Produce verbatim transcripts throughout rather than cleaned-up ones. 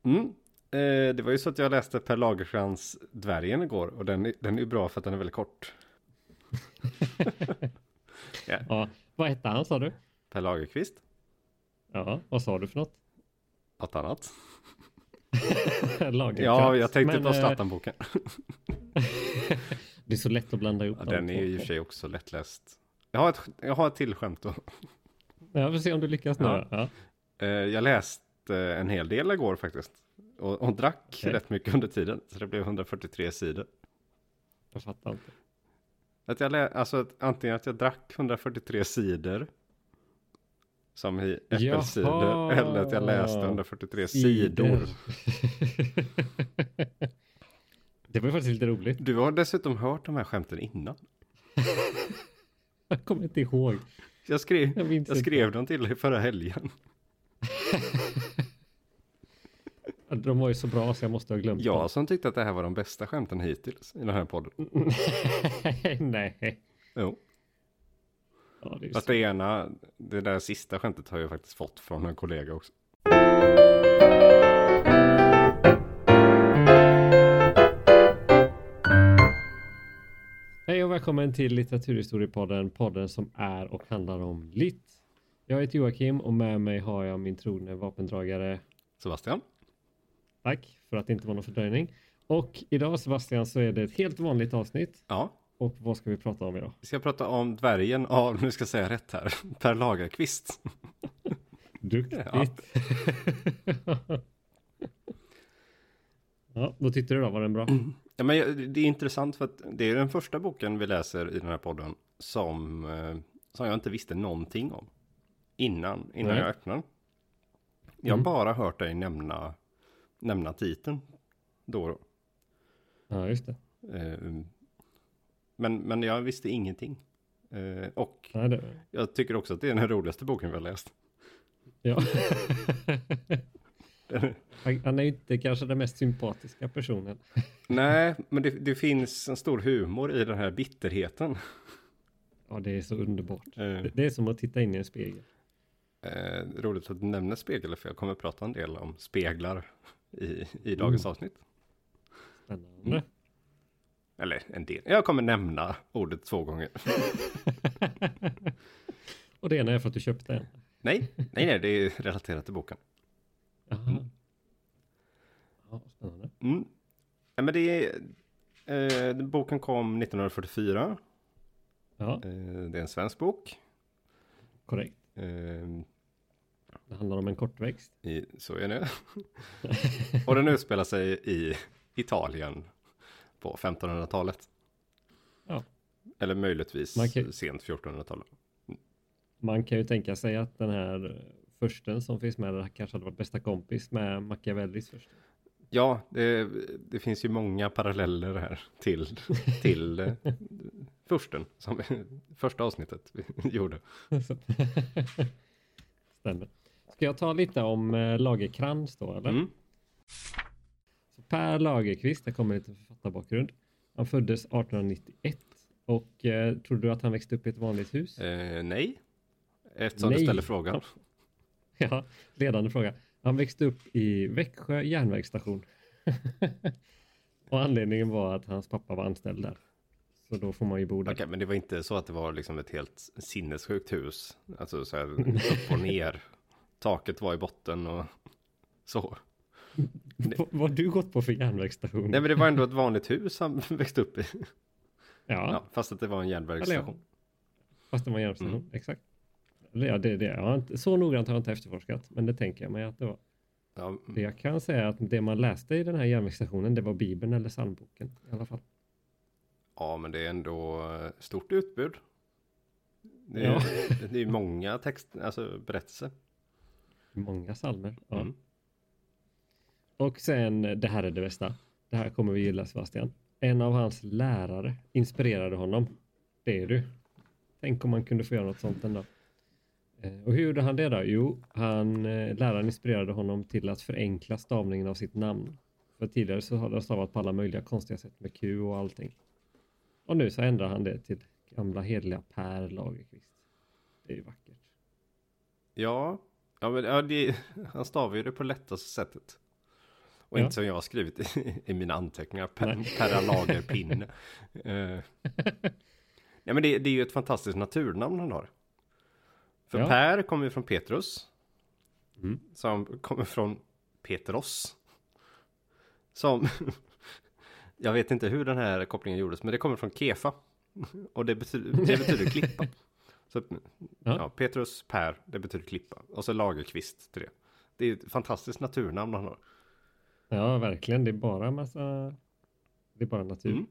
Mm. Eh, det var ju så att jag läste Per Lagercrantz Dvärgen igår. Och den, den är ju bra för att den är väldigt kort. yeah. Ja, vad hette han sa du? Per Lagerkvist. Ja, vad sa du för något? Något annat. Ja, jag tänkte men, på Zlatan-boken. Det är så lätt att blanda ihop. Ja, den är ju i och för sig också lättläst. Jag har ett, jag har ett till skämt då. Ja, vi får se om du lyckas nu. Ja. Ja. Uh, jag läste en hel del igår faktiskt. Och, och drack okay. rätt mycket under tiden. Så det blev hundrafyrtiotre sidor. Jag fattar inte. Att jag lä- alltså att, antingen att jag drack hundrafyrtiotre sidor. Som i äppelcider. Jaha. Eller att jag läste hundrafyrtiotre sidor. Det var faktiskt lite roligt. Du har dessutom hört de här skämten innan. Jag kommer inte ihåg. Jag skrev, jag jag skrev dem till dig förra helgen. De var ju så bra så jag måste ha glömt Jag dem. som tyckte att det här var de bästa skämten hittills i den här podden. Nej. Jo. Ja, det, är Fast det ena, det där sista skämtet har jag faktiskt fått från en kollega också. Hej och välkommen till Litteraturhistoriepodden, podden som är och handlar om litt. Jag heter Joakim och med mig har jag min trogne vapendragare Sebastian. Tack för att det inte var någon fördröjning. Och idag Sebastian så är det ett helt vanligt avsnitt. Ja. Och vad ska vi prata om idag? Vi ska prata om dvärgen av, nu ska jag säga rätt här, Per Lagerkvist. Duktigt. Ja. Ja, vad tyckte du då? Var den bra? Ja, men det är intressant för att det är den första boken vi läser i den här podden som, som jag inte visste någonting om innan, innan Nej. jag öppnade. Jag har Mm. bara hört dig nämna, nämna titeln då och då. Ja, just det. Men, men jag visste ingenting. Och Nej, det... jag tycker också att det är den roligaste boken vi har läst. Ja. Han är ju inte kanske den mest sympatiska personen. Nej, men det, det finns en stor humor i den här bitterheten. Ja, det är så underbart. Mm. Det, det är som att titta in i en spegel. Eh, roligt att du nämner spegel, för jag kommer att prata en del om speglar i, i dagens mm. avsnitt. Spännande. Mm. Eller en del. Jag kommer nämna ordet två gånger. Och det ena är för att du köpte en. Nej, nej, nej, det är relaterat till boken. Jaha. Mm. Ja, spännande. Mm. Ja, men det är, eh, boken kom nittonhundrafyrtiofyra. Ja. Eh, det är en svensk bok. Korrekt. Eh, det handlar om en kortväxt. I, så är det. Och den utspelar sig i Italien på femtonhundratalet. Ja. Eller möjligtvis kan, sent fjortonhundratalet. Mm. Man kan ju tänka sig att den här försten som finns med där kanske hade varit bästa kompis med Machiavellis först. Ja, det, det finns ju många paralleller här till, till eh, försten, som första avsnittet vi gjorde. Stämmer. Ska jag ta lite om eh, Lagercrantz då, eller? Mm. Så Per Lagerkvist, det kommer lite författarbakgrund. Han föddes arton nittioett. Och eh, tror du att han växte upp i ett vanligt hus? Eh, nej. Eftersom nej. du ställer frågan. Ja, ledande fråga. Han växte upp i Växjö järnvägsstation. Och anledningen var att hans pappa var anställd där. Så då får man ju bo där. Okej, men det var inte så att det var liksom ett helt sinnessjukt hus. Alltså så här upp och ner. Taket var i botten och så. V- vad har du gått på för järnvägsstation? Nej, men det var ändå ett vanligt hus han växte upp i. Ja. Ja, fast att det var en järnvägsstation. Fast det var en järnvägsstation, mm. exakt. Ja, det, det, jag har inte, så noggrant har jag inte efterforskat, men det tänker jag mig att det var. Ja. Det jag kan säga att det man läste i den här järnvägsstationen, det var Bibeln eller psalmboken i alla fall. Ja, men det är ändå stort utbud. Det är, ja. det är många text, alltså berättelser. Många psalmer, ja. Mm. Och sen, det här är det bästa. Det här kommer vi gilla, Sebastian. En av hans lärare inspirerade honom. Det är du. Tänk om man kunde få göra något sånt ändå. Och hur gjorde han det då? Jo, han, läraren inspirerade honom till att förenkla stavningen av sitt namn. För tidigare så hade han stavat på alla möjliga konstiga sätt med Q och allting. Och nu så ändrar han det till gamla hedliga Per Lagerkvist. Det är ju vackert. Ja, ja men ja, det, han stavar ju det på lättaste sättet. Och ja. Inte som jag har skrivit i, i mina anteckningar. Per, Per Lagerpinne. uh. Nej, men det, det är ju ett fantastiskt naturnamn han har. För ja. Per kommer ju från Petrus. Mm. Som kommer från Petros. Som... jag vet inte hur den här kopplingen gjordes. Men det kommer från Kefa. Och det betyder, det betyder klippa. Så, ja. Ja, Petrus, Per, det betyder klippa. Och så Lagerkvist till det. Det är ett fantastiskt naturnamn han har. Ja, verkligen. Det är bara en massa... Det är bara natur. Mm.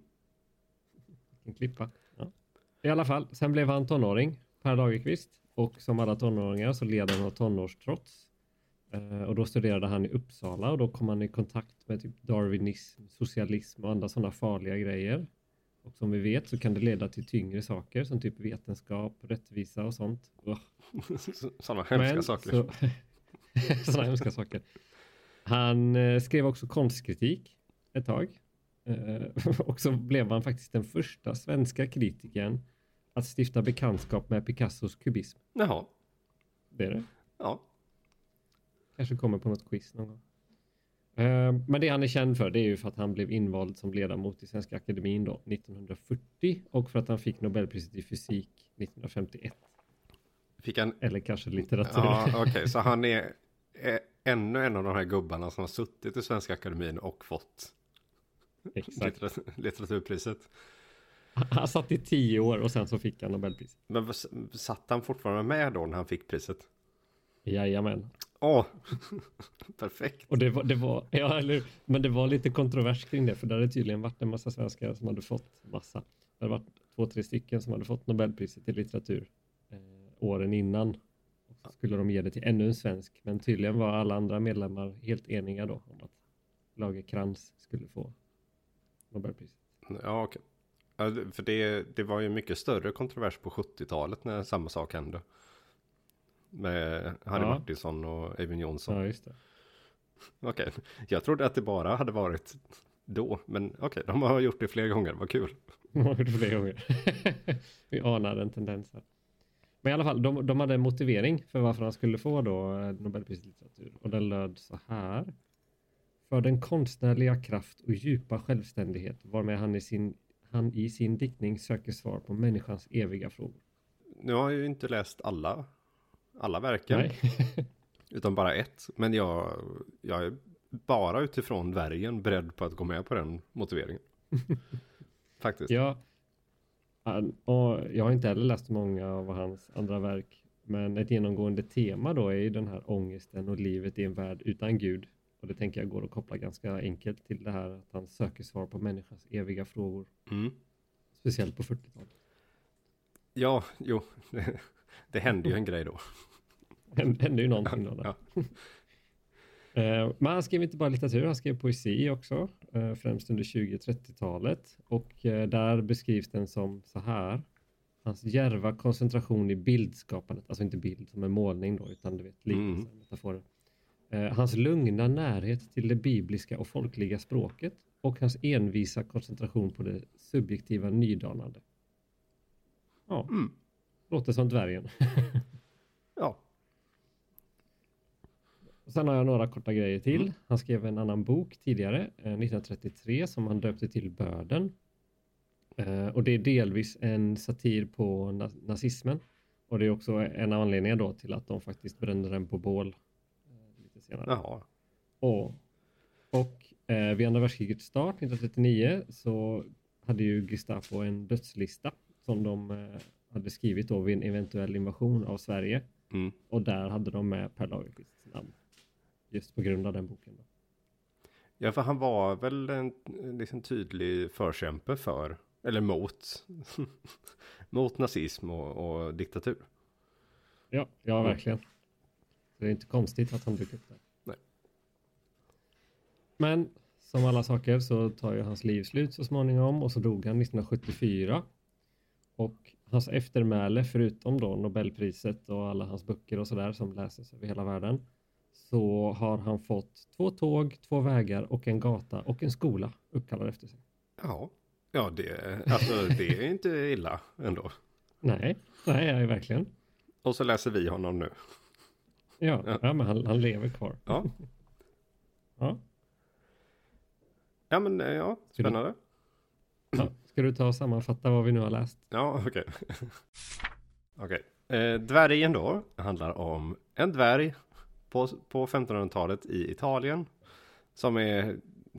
En klippa. Ja. I alla fall, sen blev han tonåring, Per Lagerkvist. Och som alla tonåringar så led han av tonårstrots. Uh, och då studerade han i Uppsala. Och då kom han i kontakt med typ darwinism, socialism och andra sådana farliga grejer. Och som vi vet så kan det leda till tyngre saker som typ vetenskap, rättvisa och sånt. Oh. Sådana hemska Men, saker. Så, sådana hemska saker. Han eh, skrev också konstkritik ett tag. Eh, och så blev han faktiskt den första svenska kritikern att stifta bekantskap med Picassos kubism. Jaha. Det är det. Ja. Kanske kommer på något quiz någon gång. Uh, men det han är känd för det är ju för att han blev invald som ledamot i Svenska Akademin då nittonhundrafyrtio och för att han fick Nobelpriset i fysik nittonhundrafemtioett. Fick han... Eller kanske litteratur. Ja, okej. Okay. Så han är, är ännu en av de här gubbarna som har suttit i Svenska Akademin och fått litteratur, litteraturpriset. Han satt i tio år och sen så fick han Nobelpriset. Men satt han fortfarande med då när han fick priset? Jajamän. Åh, oh. Perfekt. Och det var, det var, ja, eller, men det var lite kontrovers kring det, för det hade tydligen varit en massa svenskar som hade fått massa. Det hade varit två, tre stycken som hade fått Nobelpriset i litteratur eh, åren innan. Och så skulle de ge det till ännu en svensk, men tydligen var alla andra medlemmar helt eniga då om att Lagercrantz skulle få Nobelpriset. Ja, okej. Okay. För det, det var ju mycket större kontrovers på sjuttiotalet när samma sak hände. Med Harry ja. Martinsson och Eyvind Johnson. Ja, just det. Okej, okay. Jag trodde att det bara hade varit då. Men okej, okay, de har gjort det flera gånger. Vad kul. De har gjort det flera gånger. Vi anar en tendens här. Men i alla fall, de, de hade en motivering för varför han skulle få då Nobelpriset i litteratur. Och den löd så här. För den konstnärliga kraft och djupa självständighet varmed han i sin, han i sin diktning söker svar på människans eviga frågor. Nu har jag ju inte läst alla alla verken. Utan bara ett. Men jag, jag är bara utifrån dvärgen beredd på att gå med på den motiveringen. Faktiskt. Ja. Och jag har inte heller läst många av hans andra verk. Men ett genomgående tema då är ju den här ångesten och livet i en värld utan Gud. Och det tänker jag går att koppla ganska enkelt till det här att han söker svar på människans eviga frågor. Mm. Speciellt på fyrtiotalet. Ja, jo. Det, det hände ju en grej då. Det hände ju någonting då. Där. Ja. uh, men han skrev inte bara litteratur, han skrev poesi också. Uh, främst under tjugo- och trettiotalet. Och uh, där beskrivs den som så här. Hans djärva koncentration i bildskapandet. Alltså inte bild som en målning då, utan du vet, liknelse, mm. metaforer. Uh, hans lugna närhet till det bibliska och folkliga språket. Och hans envisa koncentration på det subjektiva nydanande. Ja, mm. Låter som dvärgen. Ja. Sen har jag några korta grejer till. Mm. Han skrev en annan bok tidigare, eh, nittonhundratrettiotre, som han döpte till Börden. Eh, och det är delvis en satir på na- nazismen. Och det är också en anledning då till att de faktiskt brände den på bål eh, lite senare. Jaha. Och, och eh, vid andra världskrigets start, nittonhundratrettionio, så hade ju Gestapo en dödslista som de eh, hade skrivit då vid en eventuell invasion av Sverige. Mm. Och där hade de med Per Lagerkvists namn. Just på grund av den boken då. Ja, för han var väl en liksom tydlig förkämpe för, eller mot, mot nazism och, och diktatur. Ja, ja mm. verkligen. Så det är inte konstigt att han dök upp där. Nej. Men som alla saker så tar ju hans liv slut så småningom och så dog han nittonhundrasjuttiofyra. Och hans eftermäle, förutom då Nobelpriset och alla hans böcker och sådär som läses över hela världen, så har han fått två tåg, två vägar och en gata och en skola uppkallad efter sig. Ja, ja det, alltså, det är inte illa ändå. Nej, nej, jag är verkligen. Och så läser vi honom nu. Ja, ja. ja men han, han lever kvar. Ja. Ja. Ja, men ja, spännande. Ja, ska du ta och sammanfatta vad vi nu har läst? Ja, okej. Okay. Okej. Okay. Eh, dvärgen då handlar om en dvärg på, på femtonhundratalet i Italien som är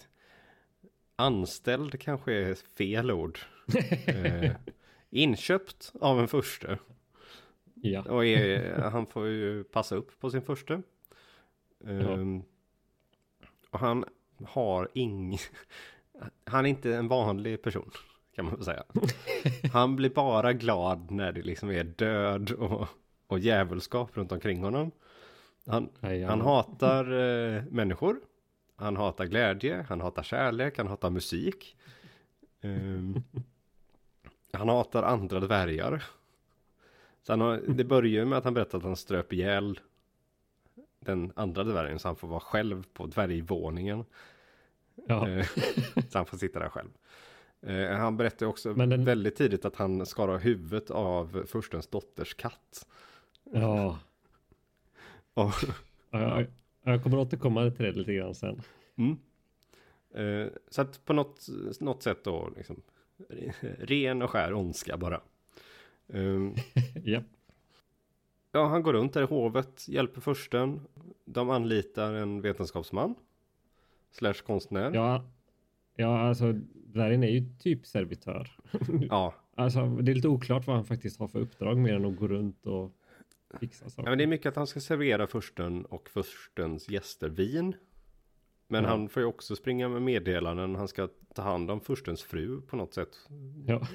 anställd, kanske är fel ord. eh, inköpt av en furste. Ja. Och är, han får ju passa upp på sin furste. Eh, Ja. Och han har ing... Han är inte en vanlig person, kan man säga. Han blir bara glad när det liksom är död och, och djävulskap runt omkring honom. Han, han hatar eh, människor. Han hatar glädje. Han hatar kärlek. Han hatar musik. Um, han hatar andra dvärgar. Så han har, det börjar med att han berättar att han ströp ihjäl den andra dvärgen så han får vara själv på dvärgvåningen. Ja. Uh, så han får sitta där själv. Uh, han berättar också den... väldigt tidigt att han skar av huvudet av förstens dotters katt. Ja. Och, ja, jag, jag kommer återkomma till det lite grann sen. Mm. Uh, så att på något, något sätt då liksom, ren och skär ondska bara. Um, ja. Ja, han går runt där i hovet, hjälper fursten. De anlitar en vetenskapsman slash konstnär. Ja, ja alltså dvärgen är ju typ servitör. Ja. Alltså det är lite oklart vad han faktiskt har för uppdrag mer än att gå runt och fixa saker. Ja, men det är mycket att han ska servera fursten och furstens gäster vin. Men ja. han får ju också springa med meddelanden. Han ska ta hand om furstens fru på något sätt. Ja.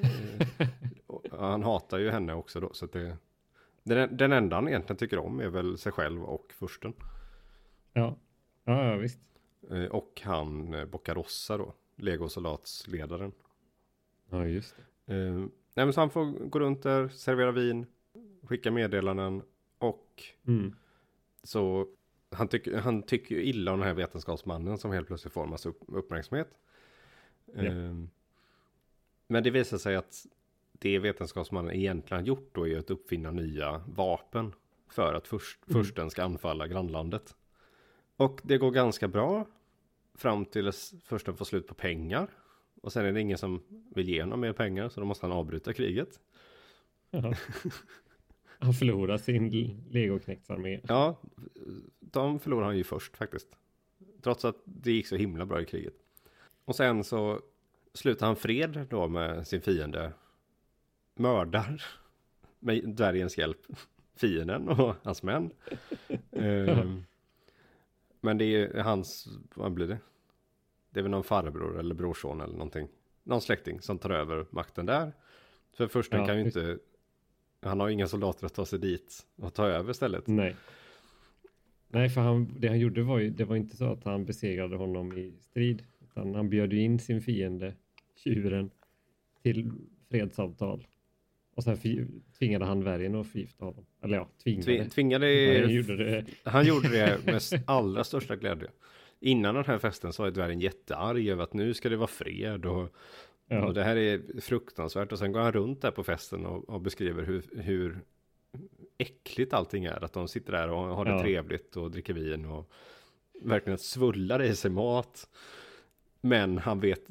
Han hatar ju henne också då. Så att det, den, den enda han egentligen tycker om är väl sig själv och fursten. Ja, ja, ja visst. Och han Boccarossa då. Legosoldatsledaren. Ja, just det. Uh, nej, men så han får gå runt där, servera vin, skicka meddelanden och mm. så han, tyck, han tycker ju illa om den här vetenskapsmannen som helt plötsligt får en massa upp, uppmärksamhet. Ja. Uh, men det visar sig att det vetenskapsmannen egentligen gjort då är att uppfinna nya vapen för att först, mm. försten ska anfalla grannlandet. Och det går ganska bra fram till att försten får slut på pengar. Och sen är det ingen som vill ge honom mer pengar så då måste han avbryta kriget. Ja. Han förlorar sin legoknektsarmé. Ja, de förlorar han ju först faktiskt. Trots att det gick så himla bra i kriget. Och sen så slutar han fred då med sin fiende. Mördar med dvärgens hjälp fienden och hans män. um, men det är hans, vad blir det? Det är väl någon farbror eller brorson eller någonting. Någon släkting som tar över makten där. För först ja, kan ju inte, han har ju inga soldater att ta sig dit och ta över istället. Nej. Nej, för han, det han gjorde var ju, det var inte så att han besegrade honom i strid. Utan han bjöd in sin fiende, tjuren, till fredsavtal. Och sen tvingade han dvärgen att förgifta honom. Eller ja, tvingade. tvingade han, gjorde det. han gjorde det med allra största glädje. Innan den här festen så är dvärgen jättearg över att nu ska det vara fred. Och, ja. och det här är fruktansvärt. Och sen går han runt där på festen och, och beskriver hur, hur äckligt allting är. Att de sitter där och har det ja. trevligt och dricker vin. Och verkligen svullar i sig mat. Men han vet...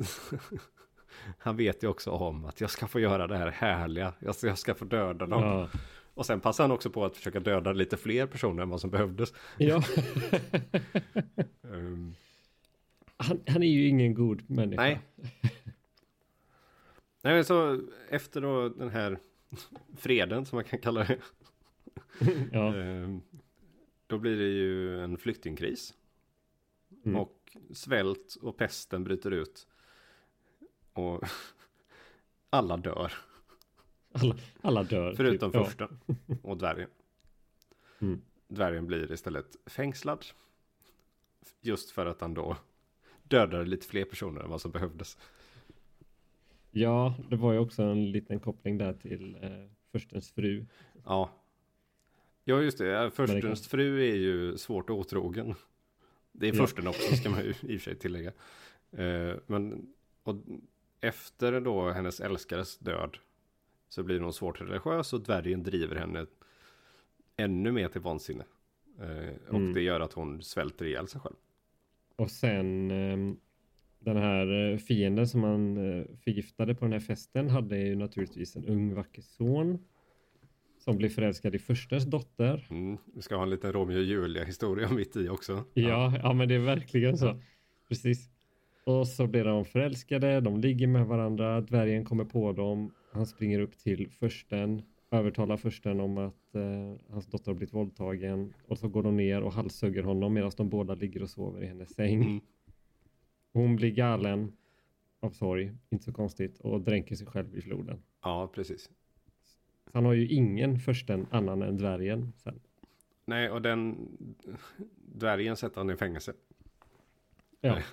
Han vet ju också om att jag ska få göra det här härliga. Jag ska, jag ska få döda dem. Ja. Och sen passar han också på att försöka döda lite fler personer än vad som behövdes. Ja. um. han, han är ju ingen god människa. Nej. Nej, men så efter då den här freden som man kan kalla det. Ja. um, då blir det ju en flyktingkris. Mm. Och svält och pesten bryter ut. Och alla dör. Alla, alla dör. Förutom typ, första ja. och dvärgen. Mm. Dvärgen blir istället fängslad. Just för att han då dödade lite fler personer än vad som behövdes. Ja, det var ju också en liten koppling där till eh, förstens fru. Ja. Ja, just det. Förstens det fru är ju svårt otrogen. Det är ja. försten också, ska man ju i och för sig tillägga. Uh, men... Och efter då hennes älskares död så blir hon svårt religiös och dvärgen driver henne ännu mer till vansinne. Eh, och mm. det gör att hon svälter ihjäl sig själv. Och sen eh, Den här fienden som man förgiftade på den här festen hade ju naturligtvis en ung vacker son som blev förälskad i förstens dotter. Mm, vi ska ha en liten Romeo och Julia historia mitt i också. Ja, ja men det är verkligen så. Ja. Precis. Och så blir de förälskade, de ligger med varandra, dvärgen kommer på dem, han springer upp till försten, övertalar försten om att eh, hans dotter har blivit våldtagen, och så går de ner och halshugger honom medan de båda ligger och sover i hennes säng. Mm. Hon blir galen av sorg, inte så konstigt, och dränker sig själv i floden. Ja, precis. Han har ju ingen försten annan än dvärgen sen. Nej, och den dvärgen sätter han i fängelse. Ja. Nej.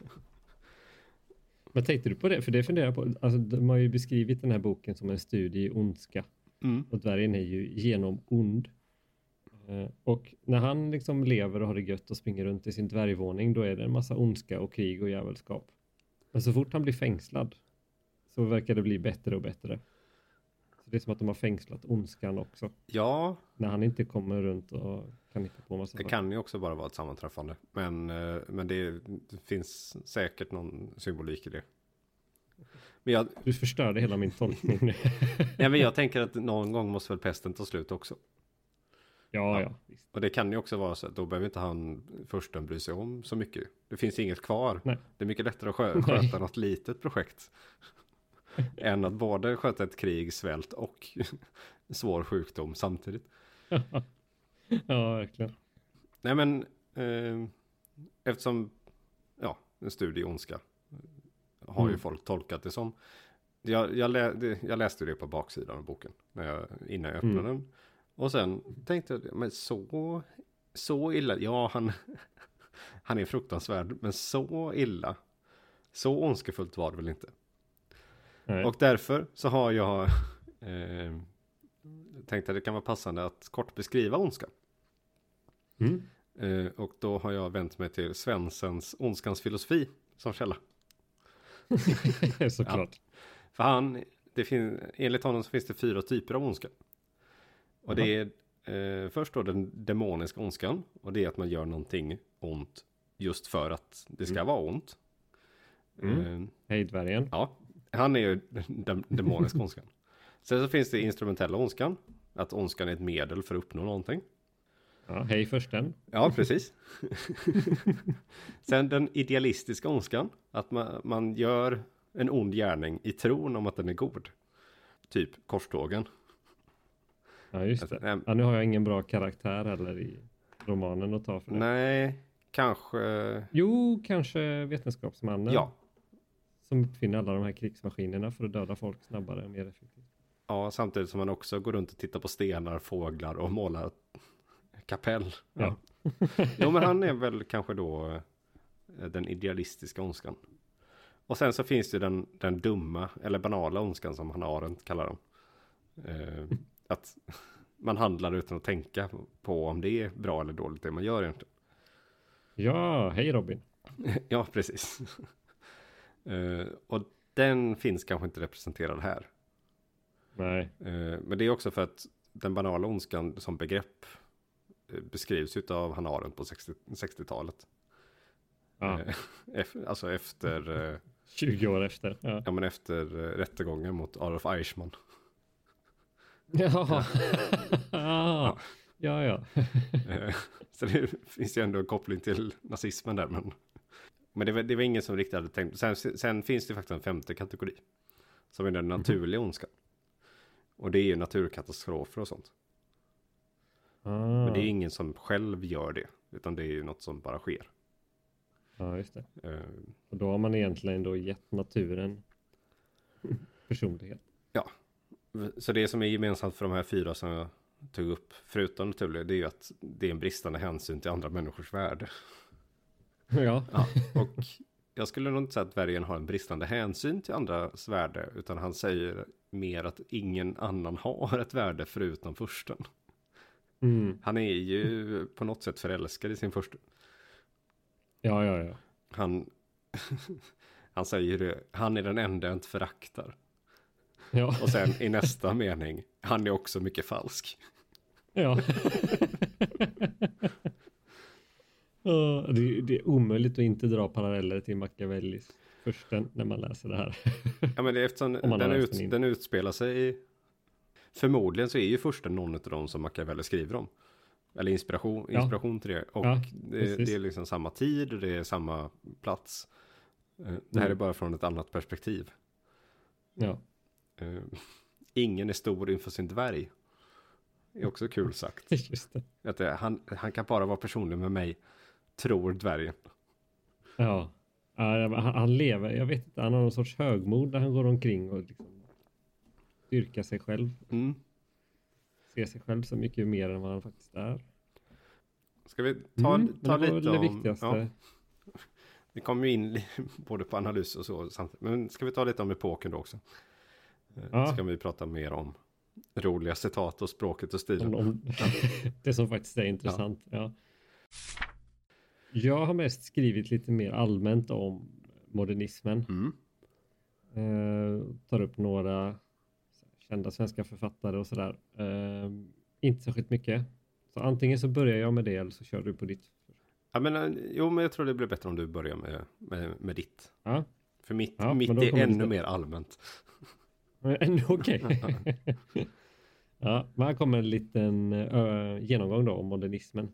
Men tänkte du på det? För det funderar jag på. Alltså, de har ju beskrivit den här boken som en studie i ondska. Mm. Och dvärgen är ju genom ond. Eh, och när han liksom lever och har det gött och springer runt i sin dvärgvåning, då är det en massa ondska och krig och jävelskap. Men så fort han blir fängslad så verkar det bli bättre och bättre. Så det är som att de har fängslat ondskan också. Ja. När han inte kommer runt och kan hitta på massa Det saker. Kan ju också bara vara ett sammanträffande. Men, men det, det finns säkert någon symbolik i det. Men jag, du förstörde hela min tolkning nu. Nej, men jag tänker att någon gång måste väl pesten ta slut också. Ja, ja. ja. Och det kan ju också vara så att då behöver inte han försten bry sig om så mycket. Det finns inget kvar. Nej. Det är mycket lättare att skö- sköta något litet projekt. Än att både sköta ett krig, svält och svår sjukdom samtidigt. Ja, verkligen. Nej, men eh, eftersom ja, en studie i ondska har mm. ju folk tolkat det som. Jag, jag, lä, det, jag läste det på baksidan av boken när jag, innan jag öppnade mm. den. Och sen tänkte jag, men så, så illa, ja han, han är fruktansvärd, men så illa, så ondskefullt var det väl inte. Nej. Och därför så har jag eh, tänkt att det kan vara passande att kort beskriva ondska. Mm. Eh, och då har jag vänt mig till Svenssons ondskans filosofi som källa. Såklart. Ja. För han, det fin- enligt honom så finns det fyra typer av ondska. Och mm. det är eh, först då den demoniska ondskan. Och det är att man gör någonting ont just för att det ska mm. vara ont. Mm. Eh, Hej dvärgen. Ja. Han är ju den demoniska ondskan. Sen så finns det instrumentella ondskan. Att ondskan är ett medel för att uppnå någonting. Ja, hej försten. Ja, precis. Sen den idealistiska ondskan. Att man, man gör en ond gärning i tron om att den är god. Typ korstågen. Ja, just det. Alltså, ja, nu har jag ingen bra karaktär heller i romanen att ta för det. Nej, kanske... Jo, kanske vetenskapsmannen. Ja. Som uppfinner alla de här krigsmaskinerna för att döda folk snabbare och mer effektivt. Ja, samtidigt som man också går runt och tittar på stenar, fåglar och målar kapell. Ja. Ja. Jo, men han är väl kanske då den idealistiska ondskan. Och sen så finns det den, den dumma eller banala ondskan som Hannah Arendt kallar dem. Eh, att man handlar utan att tänka på om det är bra eller dåligt det man gör egentligen. Ja, hej Robin. Ja, precis. Uh, och den finns kanske inte representerad här. Nej. Uh, men det är också för att den banala ondskan som begrepp uh, beskrivs utav Hannah Arendt på sextiotalet. Ja. Uh, ef- alltså efter... Uh, tjugo år efter. Ja, ja men efter uh, rättegången mot Adolf Eichmann. Ja. Ja. Ja, ja. uh, så det finns ju ändå en koppling till nazismen där, men... Men det var, det var ingen som riktigt hade tänkt. Sen, sen finns det faktiskt en femte kategori. Som är den naturliga ondskan. Och det är ju naturkatastrofer och sånt. Ah. Men det är ingen som själv gör det. Utan det är ju något som bara sker. Ja, just det. Uh, och då har man egentligen då gett naturen personlighet. Ja. Så det som är gemensamt för de här fyra som jag tog upp. Förutom naturliga, det är ju att det är en bristande hänsyn till andra människors värde. Ja. Ja. Och jag skulle nog inte säga att dvärgen har en bristande hänsyn till andras värde. Utan han säger mer att ingen annan har ett värde förutom försten. Mm. Han är ju på något sätt förälskad i sin första. Ja, ja, ja. Han, han säger det. Han är den enda jag inte föraktar. Ja. Och sen i nästa mening. Han är också mycket falsk. Ja. Uh, det, det är omöjligt att inte dra paralleller till Machiavellis först när man läser det här. Ja, men det är eftersom den, ut, den, den utspelar sig i, förmodligen så är ju första någon av dem som Machiavelli skriver om. Eller inspiration, inspiration ja. till det. Och ja, det, det är liksom samma tid och det är samma plats. Det här mm. är bara från ett annat perspektiv. Ja. Uh, ingen är stor inför sin dvärg. Det är också kul sagt. Just det. Att det, han, han kan bara vara personlig med mig, tror dvärgen. Ja. Uh, han, han lever, jag vet inte, han har någon sorts högmod där han går omkring och liksom styrka sig själv. Mm. Se sig själv så mycket mer än vad han faktiskt är. Ska vi ta, mm, ta lite det om... viktigaste. Ja. Vi kommer ju in både på analys och så samtidigt. Men ska vi ta lite om epoken då också? Ja. Ska vi prata mer om roliga citat och språket och stilen. Om, om det som faktiskt är intressant. Ja. Ja. Jag har mest skrivit lite mer allmänt om modernismen. Mm. Uh, tar upp några kända svenska författare och sådär. Uh, inte särskilt mycket. Så antingen så börjar jag med det eller så kör du på ditt. Ja, men, jo, men jag tror det blir bättre om du börjar med, med, med ditt. Ja. För mitt, ja, mitt är ännu lite... mer allmänt. Ännu okej. Okay. Ja, men här kommer en liten uh, genomgång då om modernismen.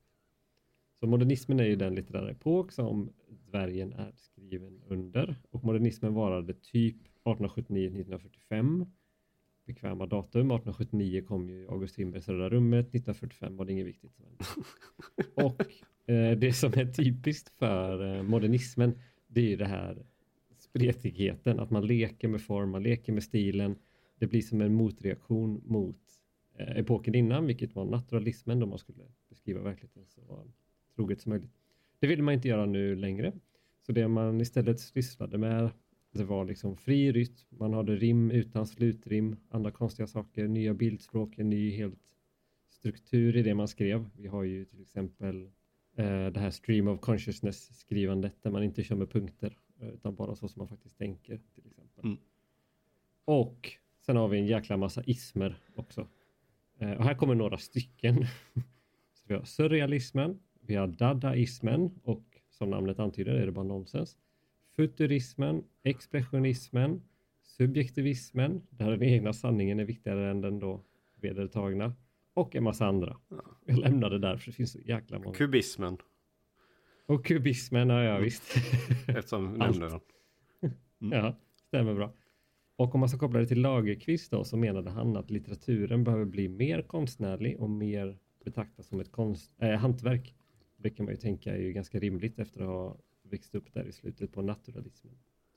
Så modernismen är ju den litterära epok som dvärgen är skriven under. Och modernismen varade typ arton sjuttionio till nittonhundrafyrtiofem. Bekväma datum. arton sjuttionio kom ju August Strindbergs Röda rummet. nittonhundrafyrtiofem var det inget viktigt. Och eh, det som är typiskt för eh, modernismen, det är ju det här spretigheten. Att man leker med form, man leker med stilen. Det blir som en motreaktion mot eh, epoken innan, vilket var naturalismen, då man skulle beskriva verkligheten så troget som möjligt. Det vill man inte göra nu längre. Så det man istället sysslade med, det var liksom fri rytm. Man hade rim utan slutrim, andra konstiga saker, nya bildspråk, en ny helt struktur i det man skrev. Vi har ju till exempel eh, det här stream of consciousness skrivandet där man inte kör med punkter utan bara så som man faktiskt tänker till exempel. Mm. Och sen har vi en jäkla massa ismer också. Eh, och här kommer några stycken. Så vi har surrealismen, vi har dadaismen och som namnet antyder är det bara nonsens. Futurismen, expressionismen, subjektivismen, där den egna sanningen är viktigare än den då vedertagna, och en massa andra. Ja. Jag lämnar det där för det finns så jäkla många. Kubismen. Och kubismen, ja, ja visst. Eftersom vi nämnde den. Mm. Ja, stämmer bra. Och om man ska koppla det till Lagerkvist då, så menade han att litteraturen behöver bli mer konstnärlig och mer betraktas som ett konst, äh, hantverk. Det kan man ju tänka är ju ganska rimligt efter att ha växt upp där i slutet på naturalismen.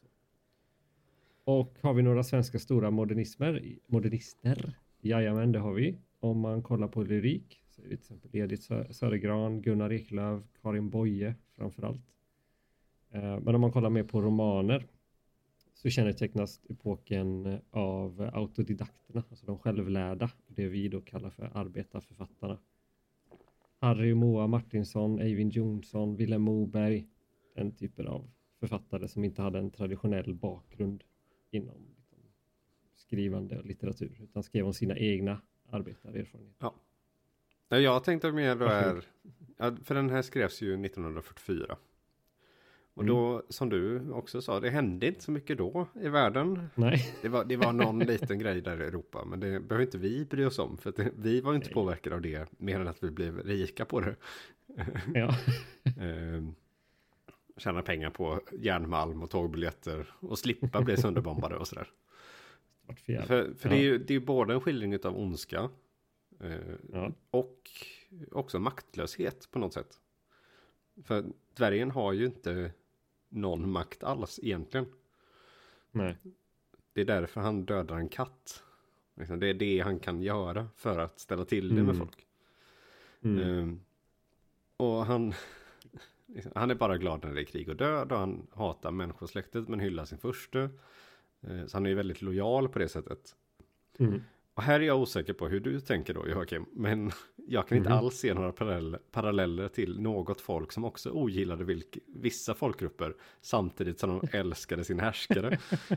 Och har vi några svenska stora modernismer, modernister? Jajamän, det har vi. Om man kollar på lyrik så är det till exempel Edith Södergran, Gunnar Eklöf, Karin Boye framförallt. Men om man kollar mer på romaner så kännetecknas epoken av autodidakterna, alltså de självlärda, det vi då kallar för arbetarförfattarna. Harry Moa Martinsson, Eivind Johnson, Vilhelm Moberg, den typen av författare som inte hade en traditionell bakgrund inom liksom, skrivande och litteratur, utan skrev om sina egna arbetarerfarenheter. Ja. Jag tänkte mer då är, för den här skrevs ju nittonhundrafyrtiofyra. Och då, mm. som du också sa, det hände inte så mycket då i världen. Nej. Det var, det var någon liten grej där i Europa, men det behöver inte vi bry oss om. För att det, vi var inte Nej. påverkade av det, mer än att vi blev rika på det. Ja. ehm, tjäna pengar på järnmalm och tågbiljetter och slippa bli sönderbombade och sådär. För, för ja. det är ju det är både en skildring av ondska eh, ja. och också maktlöshet på något sätt. För dvärgen har ju inte någon makt alls egentligen. Nej. Det är därför han dödar en katt. Det är det han kan göra för att ställa till det mm. med folk. Mm. Um, och han, han är bara glad när det är krig och död. Och han hatar människosläktet men hyllar sin furste. Uh, så han är väldigt lojal på det sättet. Mm. Och här är jag osäker på hur du tänker då, Joakim. Men jag kan inte mm. alls se några parallell, paralleller till något folk som också ogillade vilk, vissa folkgrupper samtidigt som de älskade sin härskare.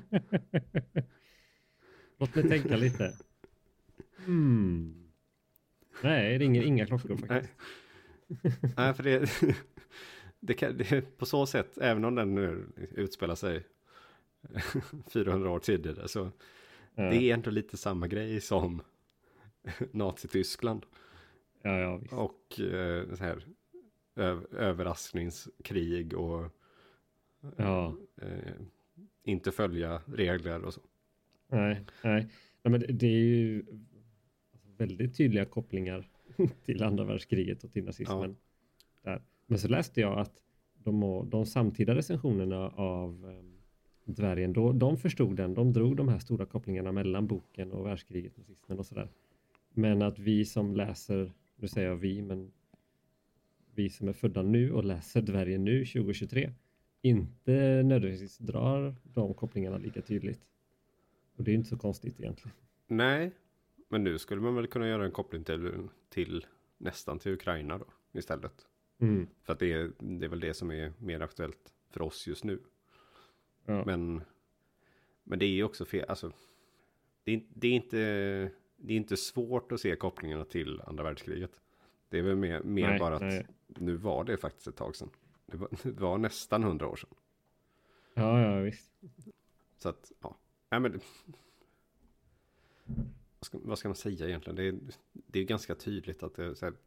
Låt mig tänka lite. Mm. Nej, det ringer inga klockor faktiskt. Nej, Nej för det, det kan, det, på så sätt, även om den nu utspelar sig fyrahundra år tidigare, så ja. Det är ändå lite samma grej som Nazi-Tyskland. Ja, ja, visst. Och eh, så här ö- överraskningskrig och ja. eh, inte följa regler och så. Nej, nej. nej men det är ju väldigt tydliga kopplingar till andra världskriget och till nazismen. Ja. Där. Men så läste jag att de, de samtida recensionerna av um, Dvärgen, då, de förstod den. De drog de här stora kopplingarna mellan boken och världskriget, nazismen och sådär. Men att vi som läser, nu säger jag vi, men vi som är födda nu och läser Dvärgen nu tjugo tjugotre inte nödvändigtvis drar de kopplingarna lika tydligt. Och det är inte så konstigt egentligen. Nej, men nu skulle man väl kunna göra en koppling till, till nästan till Ukraina då istället. Mm. För att det är, det är väl det som är mer aktuellt för oss just nu. Ja. Men, men det är ju också fel, alltså det är, det är inte det är inte svårt att se kopplingarna till andra världskriget. Det är väl mer, mer nej, bara att nej. nu var det faktiskt ett tag sedan. Det var, det var nästan hundra år sedan. Ja, ja, visst. Så att, ja. Nej, men det, vad, ska, vad ska man säga egentligen? Det är, det är ganska tydligt att det, så här,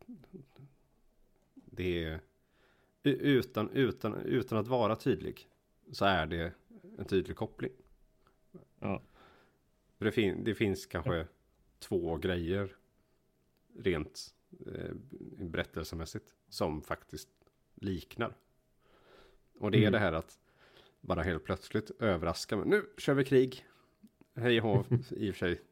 det är utan, utan, utan att vara tydlig så är det en tydlig koppling. Ja. För det, fin, det finns kanske ja. två grejer rent eh, berättelsemässigt som faktiskt liknar. Och det är mm. det här att bara helt plötsligt överraska mig. Nu kör vi krig. Hej och hå, i och för sig.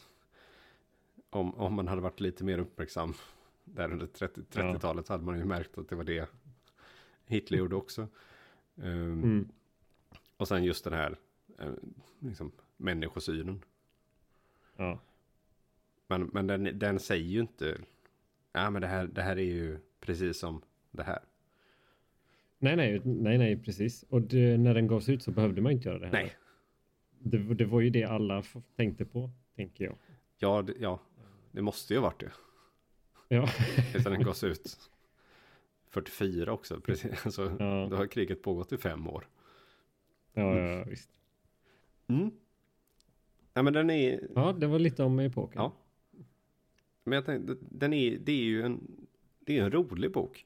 Om, om man hade varit lite mer uppmärksam där under trettio, trettiotalet ja. hade man ju märkt att det var det Hitler gjorde också. Um, mm. Och sen just den här uh, liksom, människosynen. Ja. Men, men den, den säger ju inte ja men det här, det här är ju precis som det här. Nej, nej, nej, nej, precis. Och det, när den gavs ut så behövde man inte göra det här. Nej. Det, det var ju det alla tänkte på, tänker jag. Ja, det, ja, det måste ju ha varit det. Ja. Utan den gavs ut fyrtiofyra också. Precis. Alltså, ja. Då har kriget pågått i fem år. Ja, ja, visst. Mm. Ja, men den är... Ja, det var lite om epoken. Ja. Men jag tänkte, den är, det är ju en, det är en rolig bok.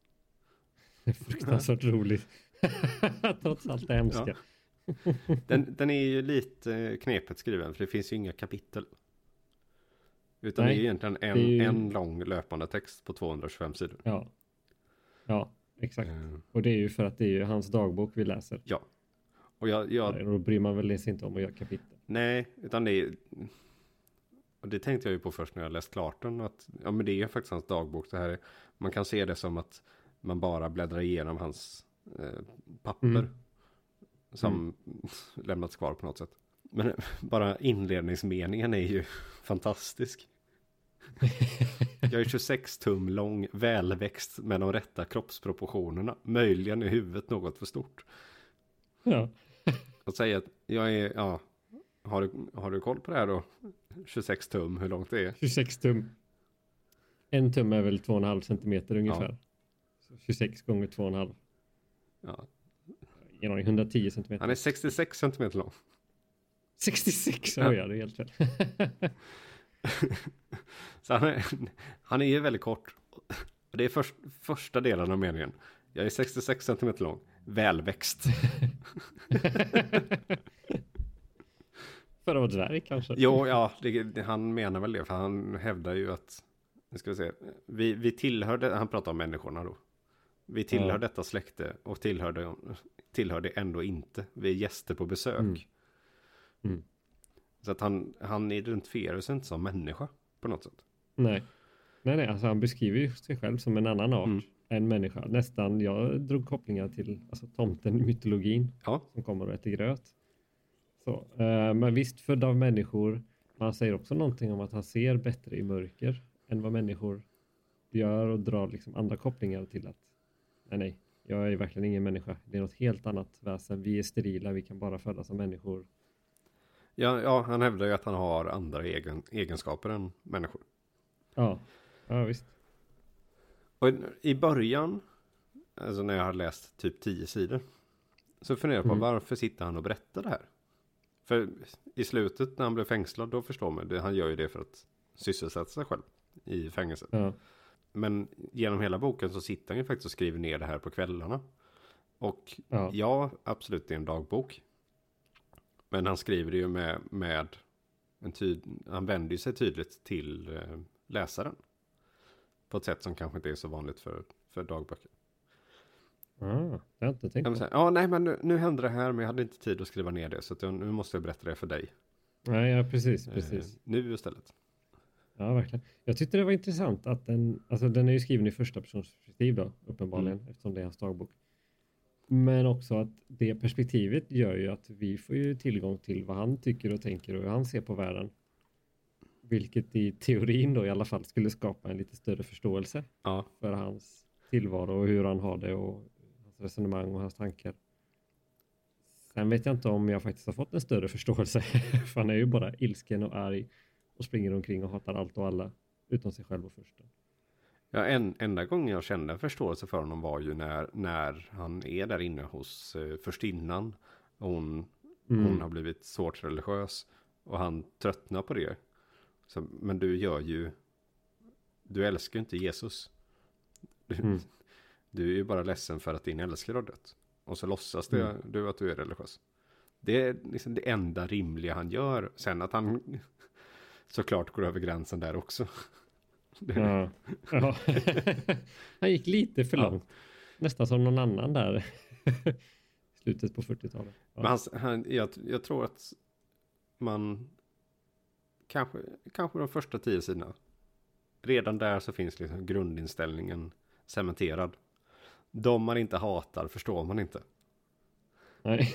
Fruktansvärt roligt. Trots allt det hemska. Ja. Den, den är ju lite knepet skriven för det finns ju inga kapitel. Utan Nej, det är egentligen en, är ju... en lång löpande text på tvåhundratjugofem sidor. Ja, ja exakt. Uh... Och det är ju för att det är ju hans dagbok vi läser. Ja. Och jag, jag... Nej, då bryr man väl inte om att göra kapitel. Nej, utan det är... Och det tänkte jag ju på först när jag läst klart den. Att, ja, men det är faktiskt hans dagbok. Det här, man kan se det som att man bara bläddrar igenom hans eh, papper. Mm. Som mm. lämnats kvar på något sätt. Men bara inledningsmeningen är ju fantastisk. Jag är tjugosex tum lång, välväxt med de rätta kroppsproportionerna. Möjligen är huvudet något för stort. Ja. Och säga att jag är, ja, har du, har du koll på det här då? tjugosex tum, hur långt det är? tjugosex tum. En tum är väl två och en halv centimeter ungefär. Ja. Så tjugosex gånger två och en halv. Ja. Genom hundratio centimeter. Han är sextiosex centimeter lång. sextiosex, ja. Oj, ja, det är helt fel. Så han är, han är ju väldigt kort. Det är först, första delen av meningen. Jag är sextiosex centimeter lång. Välväxt. För att vara dvärg kanske. Jo, ja, det, det, han menar väl det. För han hävdar ju att, nu ska vi se, vi, vi tillhörde, han pratar om människorna då. Vi tillhör ja. detta släkte och tillhörde, tillhörde ändå inte. Vi är gäster på besök. Mm. Mm. Så att han, han identifierar sig inte som människa på något sätt. Nej, nej, nej alltså han beskriver ju sig själv som en annan art. Mm. En människa. Nästan, jag drog kopplingar till alltså, tomten i mytologin. Ja. Som kommer och äter gröt. Så, eh, men visst född av människor. Han säger också någonting om att han ser bättre i mörker än vad människor gör och drar liksom andra kopplingar till att nej, nej, jag är verkligen ingen människa. Det är något helt annat väsen. Vi är sterila, vi kan bara födas som människor. Ja, ja, han hävdar ju att han har andra egen, egenskaper än människor. Ja, ja visst. Och i början alltså när jag har läst typ tio sidor, så funderar jag på mm. varför sitter han och berättar det här? För i slutet när han blev fängslad, då förstår man det. Han gör ju det för att sysselsätta sig själv i fängelset. Ja. Men genom hela boken så sitter han ju faktiskt och skriver ner det här på kvällarna. Och ja, ja absolut, det är en dagbok. Men han skriver det ju med, med en tyd... Han vänder ju sig tydligt till eh, läsaren. På ett sätt som kanske inte är så vanligt för, för dagböcker. Ah, det har jag inte tänkt på. Säga, ja, nej, men nu, nu hände det här, men jag hade inte tid att skriva ner det. Så att jag, nu måste jag berätta det för dig. Nej, ja, precis, precis. Eh, nu istället. Ja, verkligen. Jag tyckte det var intressant att den, alltså den är ju skriven i första persons perspektiv då, uppenbarligen, mm. eftersom det är hans dagbok. Men också att det perspektivet gör ju att vi får ju tillgång till vad han tycker och tänker och hur han ser på världen. Vilket i teorin då i alla fall skulle skapa en lite större förståelse ja. för hans tillvaro och hur han har det och hans resonemang och hans tankar. Sen vet jag inte om jag faktiskt har fått en större förståelse. För han är ju bara ilsken och arg och springer omkring och hatar allt och alla utom sig själv och första. Ja, en, enda gången jag kände förståelse för honom var ju när, när han är där inne hos eh, förstinnan. Hon, mm. hon har blivit svårt religiös och han tröttnar på det. Så, men du gör ju, du älskar ju inte Jesus. Du, mm. du är ju bara ledsen för att din älskare har dött. Och så låtsas det, mm. du att du är religiös. Det är liksom det enda rimliga han gör. Sen att han såklart går över gränsen där också. Ja. Ja. Han gick lite för långt. Ja. Nästan som någon annan där. Slutet på fyrtiotalet. Ja. Men han, han, jag, jag tror att man kanske, kanske de första tio sidorna. Redan där så finns liksom grundinställningen cementerad. De man inte hatar förstår man inte. Nej.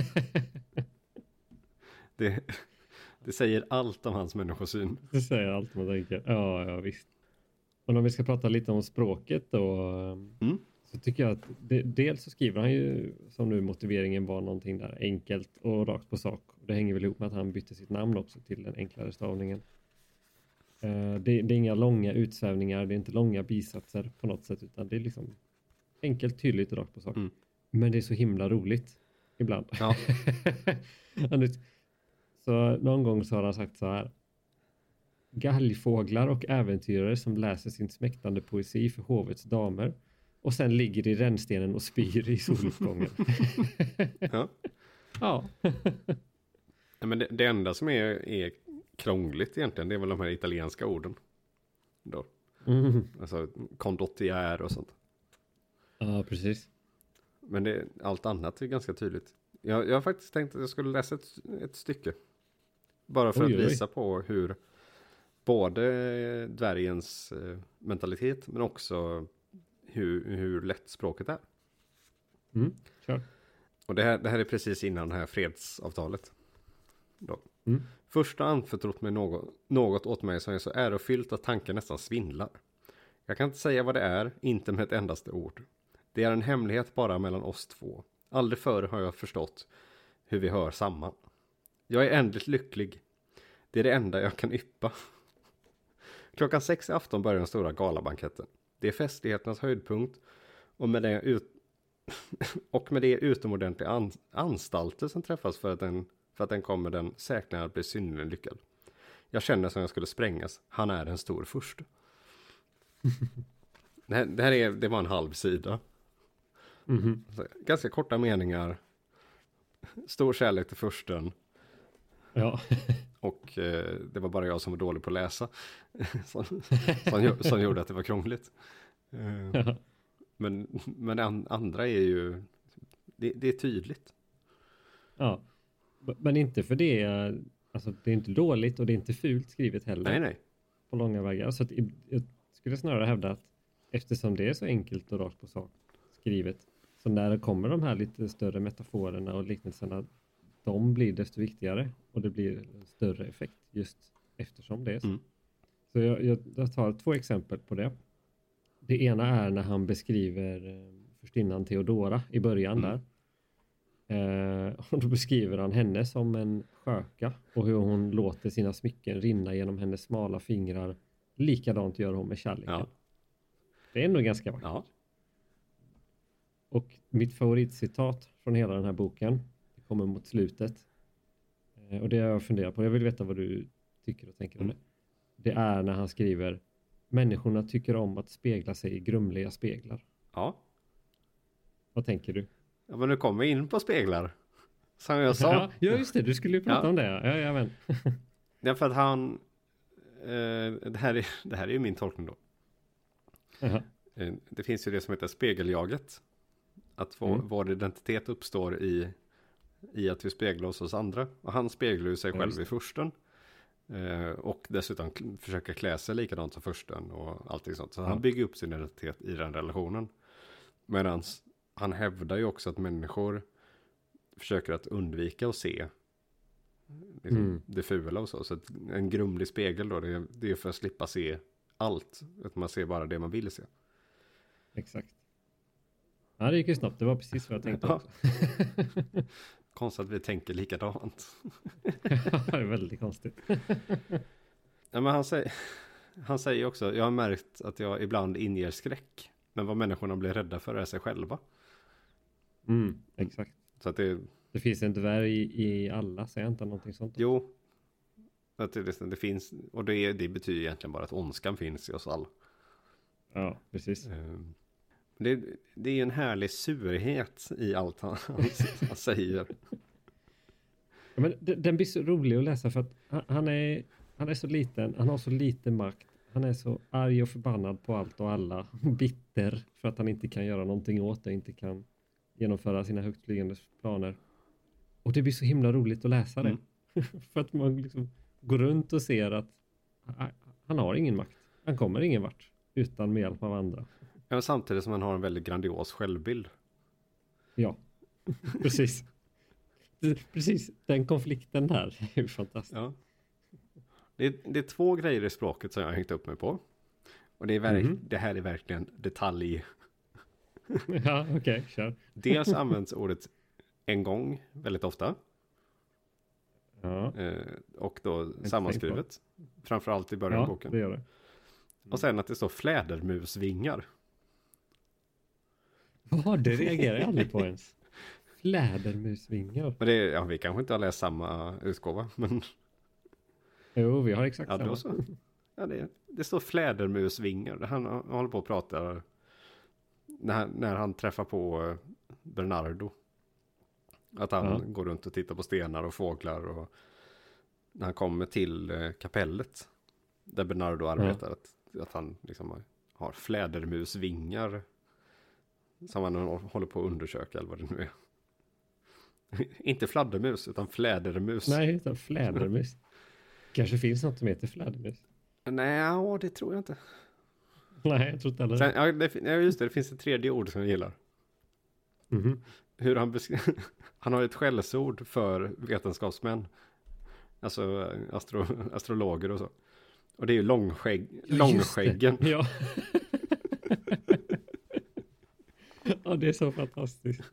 det, det säger allt om hans människosyn. Det säger allt man tänker. Ja, ja visst. Och om vi ska prata lite om språket då. Mm. Så tycker jag att det, dels så skriver han ju som nu motiveringen var någonting där enkelt och rakt på sak. Det hänger väl ihop med att han bytte sitt namn också till den enklare stavningen. Uh, det, det är inga långa utsvävningar, det är inte långa bisatser på något sätt, utan det är liksom enkelt, tydligt och rakt på sak. Mm. Men det är så himla roligt ibland. Ja. Så någon gång så har han sagt så här: galgfåglar och äventyrare som läser sin smäktande poesi för hovets damer och sen ligger i rännstenen och spyr i soluppgången. Ja. Ja. Ja, men det, det enda som är, är krångligt egentligen, det är väl de här italienska orden. Då. Mm. Alltså condottiere och sånt. Ja, precis. Men det, allt annat är ganska tydligt. Jag, jag har faktiskt tänkt att jag skulle läsa ett, ett stycke. Bara för oj, att visa oj. på hur både dvärgens eh, mentalitet men också hur, hur lätt språket är. Mm, kör. Och det här, det här är precis innan det här fredsavtalet. Då. Mm. Första anförtrott mig något, något åt mig som är så ärofyllt att tanken nästan svindlar. Jag kan inte säga vad det är, inte med ett endaste ord. Det är en hemlighet bara mellan oss två. Aldrig förr har jag förstått hur vi hör samman. Jag är ändligt lycklig. Det är det enda jag kan yppa. Klockan sex i afton börjar den stora galabanketten. Det är festligheternas höjdpunkt och med det, ut och med det utomordentliga an anstalter som träffas för att den, för att den kommer den säkert att bli synnerligen lyckad. Jag känner som jag skulle sprängas. Han är en stor furste. det, här, det här är, det var en halv sida. Mm-hmm. Alltså, ganska korta meningar. Stor kärlek till fursten. Ja. Och eh, det var bara jag som var dålig på att läsa. som, som, som gjorde att det var krångligt. Eh, ja. Men, men an, andra är ju... Det, det är tydligt. Ja. Men inte för det... Alltså det är inte dåligt och det är inte fult skrivet heller. Nej, nej. På långa vägar. Så att jag skulle snarare hävda att eftersom det är så enkelt och rakt på sak skrivet. Så när det kommer de här lite större metaforerna och liknelserna, de blir desto viktigare och det blir en större effekt just eftersom det är så. Mm. Så jag, jag, jag tar två exempel på det. Det ena är när han beskriver förstinnan Theodora i början mm. där. Eh, och då beskriver han henne som en sköka och hur hon låter sina smycken rinna genom hennes smala fingrar. Likadant gör hon med kärleken. Ja. Det är nog ganska vackert. Ja. Och mitt favoritcitat från hela den här boken, det kommer mot slutet. Och det har jag funderat på. Jag vill veta vad du tycker och tänker om det. Det är när han skriver: människorna tycker om att spegla sig i grumliga speglar. Ja. Vad tänker du? Ja, men nu kommer vi in på speglar. Som jag sa. Ja, ja just det. Du skulle ju prata ja. om det. Ja, ja, men. Ja, för att han... Eh, det, här är, det här är ju min tolkning då. Uh-huh. Eh, det finns ju det som heter spegeljaget. Att vår, mm. vår identitet uppstår i, i att vi speglar oss hos andra. Och han speglar ju sig ja, själv i försten. Eh, och dessutom k- försöker klä sig likadant som försten och allting sånt. Så ja. Han bygger upp sin identitet i den relationen. Medan han hävdar ju också att människor försöker att undvika att se liksom, mm. det fula och så. Så att en grumlig spegel då, det är, det är för att slippa se allt. Att man ser bara det man vill se. Exakt. Ja, det gick ju snabbt. Det var precis vad jag tänkte ja. också. Konstigt att vi tänker likadant. Ja, det är väldigt konstigt. Ja, men han säger, han säger också, jag har märkt att jag ibland inger skräck. Men vad människorna blir rädda för är sig själva. Mm, exakt. Så att det, det finns en dvärg i, i alla, säger inte någonting sånt? Jo. Att det, det finns, och det, det betyder egentligen bara att ondskan finns i oss alla. Ja, precis. Um, det, det är en härlig surhet i allt han, han säger. Ja, men den blir så rolig att läsa för att han, han, är, han är så liten, han har så lite makt. Han är så arg och förbannad på allt och alla. Bitter för att han inte kan göra någonting åt det, inte kan genomföra sina högtflygande planer. Och det blir så himla roligt att läsa det. Mm. För att man liksom går runt och ser att han har ingen makt. Han kommer ingen vart utan med hjälp av andra. Ja, samtidigt som han har en väldigt grandios självbild. Ja, precis. Precis, den konflikten där är ju fantastisk. Ja. Det är, det är två grejer i språket som jag har hängt upp mig på. Och det, är verk, mm. det här är verkligen detalj. Ja, okej, okay, kör. Dels används ordet en gång väldigt ofta. Ja. Eh, och då sammanskrivet. Framförallt i början ja, av boken. Det gör det. Och sen att det står flädermusvingar. Ja, det reagerar jag aldrig på ens. Flädermusvingar. Men det, ja, vi kanske inte har läst samma utgåva, men... Jo, vi har exakt ja, samma. Så. Ja, det, det står flädermusvingar. Han, han håller på att prata när, när han träffar på Bernardo. Att han ja. går runt och tittar på stenar och fåglar. Och när han kommer till eh, kapellet där Bernardo arbetar. Ja. Att, att han liksom har flädermusvingar som han håller på att undersöka eller vad det nu är. Inte fladdermus utan flädermus. Nej, utan flädermus. Kanske finns något som heter flädermus. Nej, ja, det tror jag inte. Nej, jag tror inte heller. Sen, ja, det, ja, just det. Det finns ett tredje ord som jag gillar. Mm-hmm. Hur han besk- han har ett skällsord för vetenskapsmän. Alltså astro, astrologer och så. Och det är ju långskägg, långskäggen. Ja. Ja, det är så fantastiskt.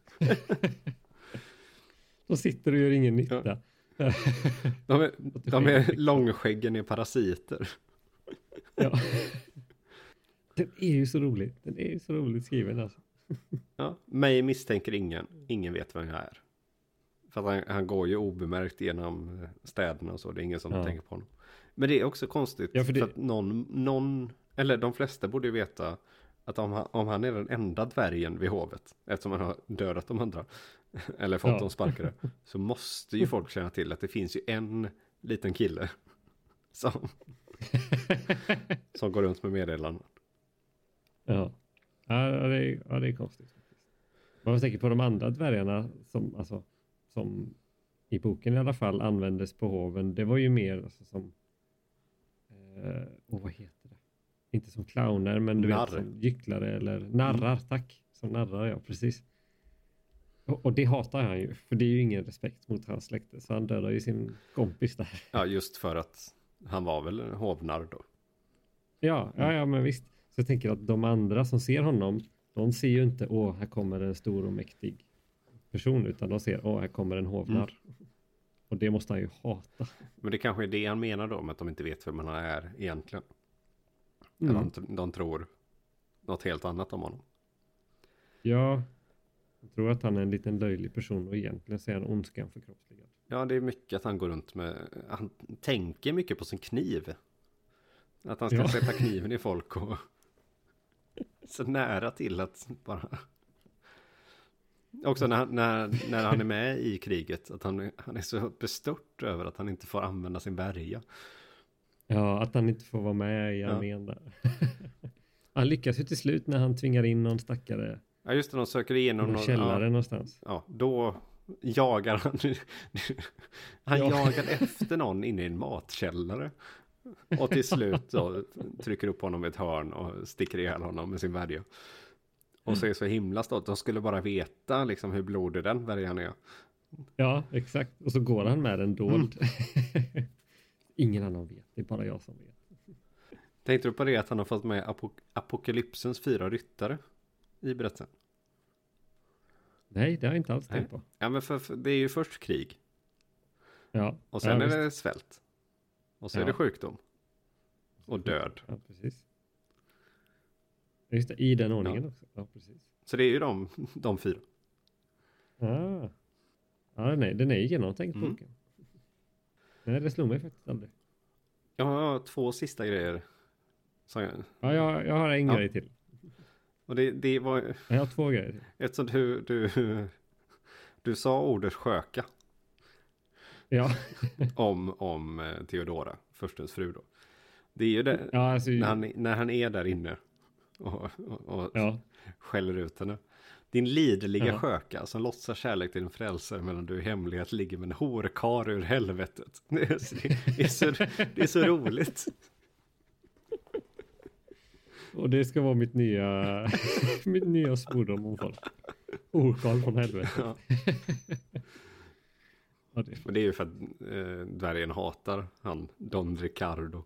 De sitter och gör ingen nytta. Ja. De är, de är långskäggen är parasiter. Ja. Den är ju så rolig. Den är ju så roligt skriven alltså. Ja, mig misstänker ingen. Ingen vet vem jag är. För att han, han går ju obemärkt genom städerna och så. Det är ingen som ja. tänker på honom. Men det är också konstigt. Ja, för, det... för att någon, någon, eller de flesta borde ju veta att om han, om han är den enda dvärgen vid hovet, eftersom han har dödat de andra, eller fått ja. dem sparkade, så måste ju folk känna till att det finns ju en liten kille som, som går runt med meddelanden. Ja. Ja, det är, ja, det är konstigt. Man måste tänka på de andra dvärgarna som, alltså, som i boken i alla fall användes på hoven. Det var ju mer alltså, som eh, oh, vad heter det? Inte som clowner, men du Narr. vet som gycklare eller narrar, mm. tack. Som narrar, ja, precis. Och, och det hatar han ju, för det är ju ingen respekt mot hans släkte. Så han dödar ju sin kompis där. Ja, just för att han var väl en hovnarr då. Ja, ja, ja, men visst. Så jag tänker att de andra som ser honom, de ser ju inte, åh, här kommer en stor och mäktig person, utan de ser, åh, här kommer en hovnarr. Mm. Och det måste han ju hata. Men det kanske är det han menar då, med att de inte vet vem han är egentligen. Mm. Eller de, de tror något helt annat om honom. Ja, Jag tror att han är en liten löjlig person och egentligen så är han ondskan förkroppsligad. Ja, det är mycket att han går runt med, han tänker mycket på sin kniv. Att han ska Ja. sätta kniven i folk och så nära till att bara... Också när, när, när han är med i kriget, att han, han är så bestört över att han inte får använda sin värja. Ja, att han inte får vara med i armén ja. där. Han lyckas ju till slut när han tvingar in någon stackare. Ja, just det, de söker igenom någon någon källare ja, någonstans. Ja, då jagar han. Han Ja. jagar efter någon inne i en matkällare. Och till slut då, trycker upp honom i ett hörn och sticker ihjäl honom med sin värja. Och så är så himla stolt. De skulle bara veta liksom hur blodig den värjan är. Ja, exakt. Och så går han med den dold. Mm. Ingen annan vet. Det är bara jag som vet. Tänkte du på det att han har fått med apok- apokalypsens fyra ryttare i berättelsen? Nej, det har jag inte alls Nej. tänkt på. Ja, men för, för det är ju först krig. Ja. Och sen ja, är visst. det svält. Och så Ja. är det sjukdom. Och död. Ja, precis. Just det, i den ordningen Ja. också. Ja, precis. Så det är ju de, de fyra. Ah. Ja, den är, den är genomtänkt Mm. boken. Nej, det slog mig faktiskt aldrig. Jag har två sista grejer. Som jag, Ja, jag, jag har en Ja. grej till. och det, det var... Jag har två grejer till. Eftersom du, du, du sa ordet sköka Ja, om, om eh, Theodora, förstens fru då. Det är ju det, ja alltså... när, han, när han är där inne och, och, och Ja. skäller ut henne. Din liderliga Ja. sköka som låtsas kärlek till en frälsare medan du i hemlighet ligger med en horkar ur helvetet. Det är, så- det är, så, det är så roligt. Och det ska vara mitt nya mitt nya spordom om folk. Orkarl från helvete. Ja. Ja, det är Och det är ju för att eh, dvärgen hatar han, Don Ricardo.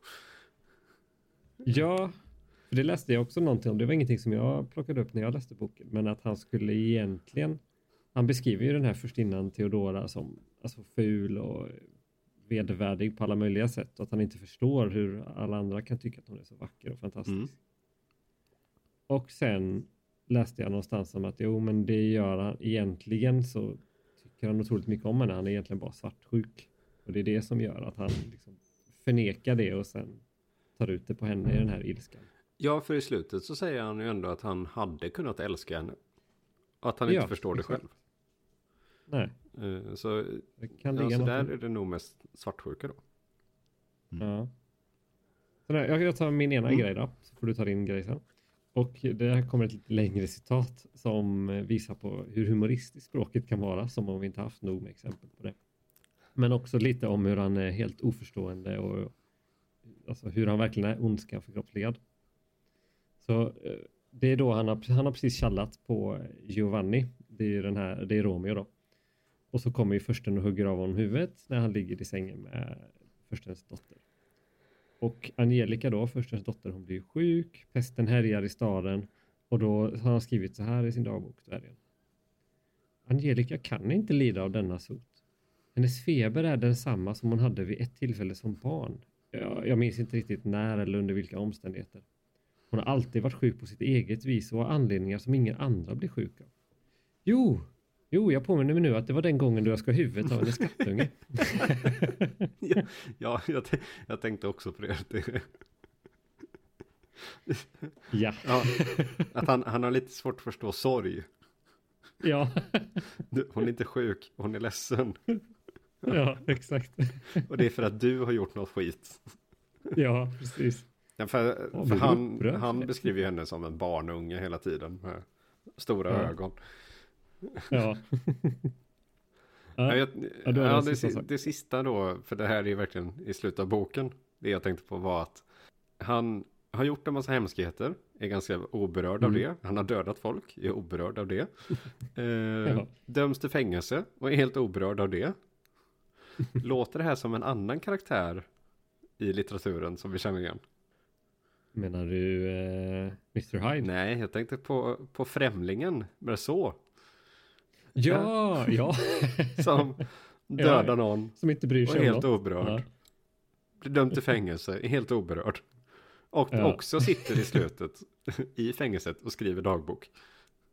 Ja, för det läste jag också någonting om. Det var ingenting som jag plockade upp när jag läste boken. Men att han skulle egentligen... Han beskriver ju den här förstinnan Theodora som alltså ful och vedervärdig på alla möjliga sätt. Och att han inte förstår hur alla andra kan tycka att hon är så vacker och fantastisk. Mm. Och sen läste jag någonstans om att jo, men det gör han egentligen så tycker han otroligt mycket om henne. Han är egentligen bara svartsjuk. Och det är det som gör att han liksom förnekar det och sen tar ut det på henne i den här ilskan. Ja, för i slutet så säger han ju ändå att han hade kunnat älska henne. Och att han Ja, inte förstår det exakt. själv. Nej, Eh, Så, det kan ja, ligga så något där i- är det nog mest svartsjuka då. Ja. Så där, jag, jag tar min ena Mm. grej då, så får du ta din grej sen. Och det här kommer ett lite längre citat som eh, visar på hur humoristiskt språket kan vara, som om vi inte haft nog med exempel på det. Men också lite om hur han är helt oförstående och alltså hur han verkligen är ondskan förkroppsligad. Så eh, det är då han har, han har precis kallat på Giovanni, det är ju den här, det är Romeo då. Och så kommer ju försten och hugger av honom huvudet när han ligger i sängen med förstens dotter. Och Angelica då, förstens dotter, hon blir sjuk. Pesten härjar i staden. Och då har han skrivit så här i sin dagbok. Dvärgen. Angelica kan inte lida av denna sot. Hennes feber är densamma som hon hade vid ett tillfälle som barn. Jag, jag minns inte riktigt när eller under vilka omständigheter. Hon har alltid varit sjuk på sitt eget vis och har anledningar som ingen andra blir sjuk av. Jo, jo, jag påminner mig nu att det var den gången då jag ska ha huvudet av en skattunge. ja, ja jag, t- jag tänkte också på det. det Ja, ja, att han, han har lite svårt att förstå sorg. ja, Du, hon är inte sjuk, hon är ledsen. ja, exakt. Och det är för att du har gjort något skit. Ja, precis. Ja, för Ja, för men han, upprörd. han beskriver ju henne som en barnunge hela tiden. Med stora Ja. ögon. Ja. Ja, ja, jag, ja, du har ja, den det, sista si- saken. det sista då, för det här är verkligen i slutet av boken. Det jag tänkte på var att han har gjort en massa hemskheter, är ganska oberörd av Mm. det. Han har dödat folk, är oberörd av det. Eh, Ja. Döms till fängelse och är helt oberörd av det. Låter det här som en annan karaktär i litteraturen som vi känner igen? Menar du eh, mister Hyde? Nej, jag tänkte på, på Främlingen, men så. Ja, ja. Som dödar någon Som inte bryr och är sig om helt något. oberörd. Ja. Blir dömd till fängelse, är helt oberörd. Och Ja. också sitter i slutet i fängelset och skriver dagbok.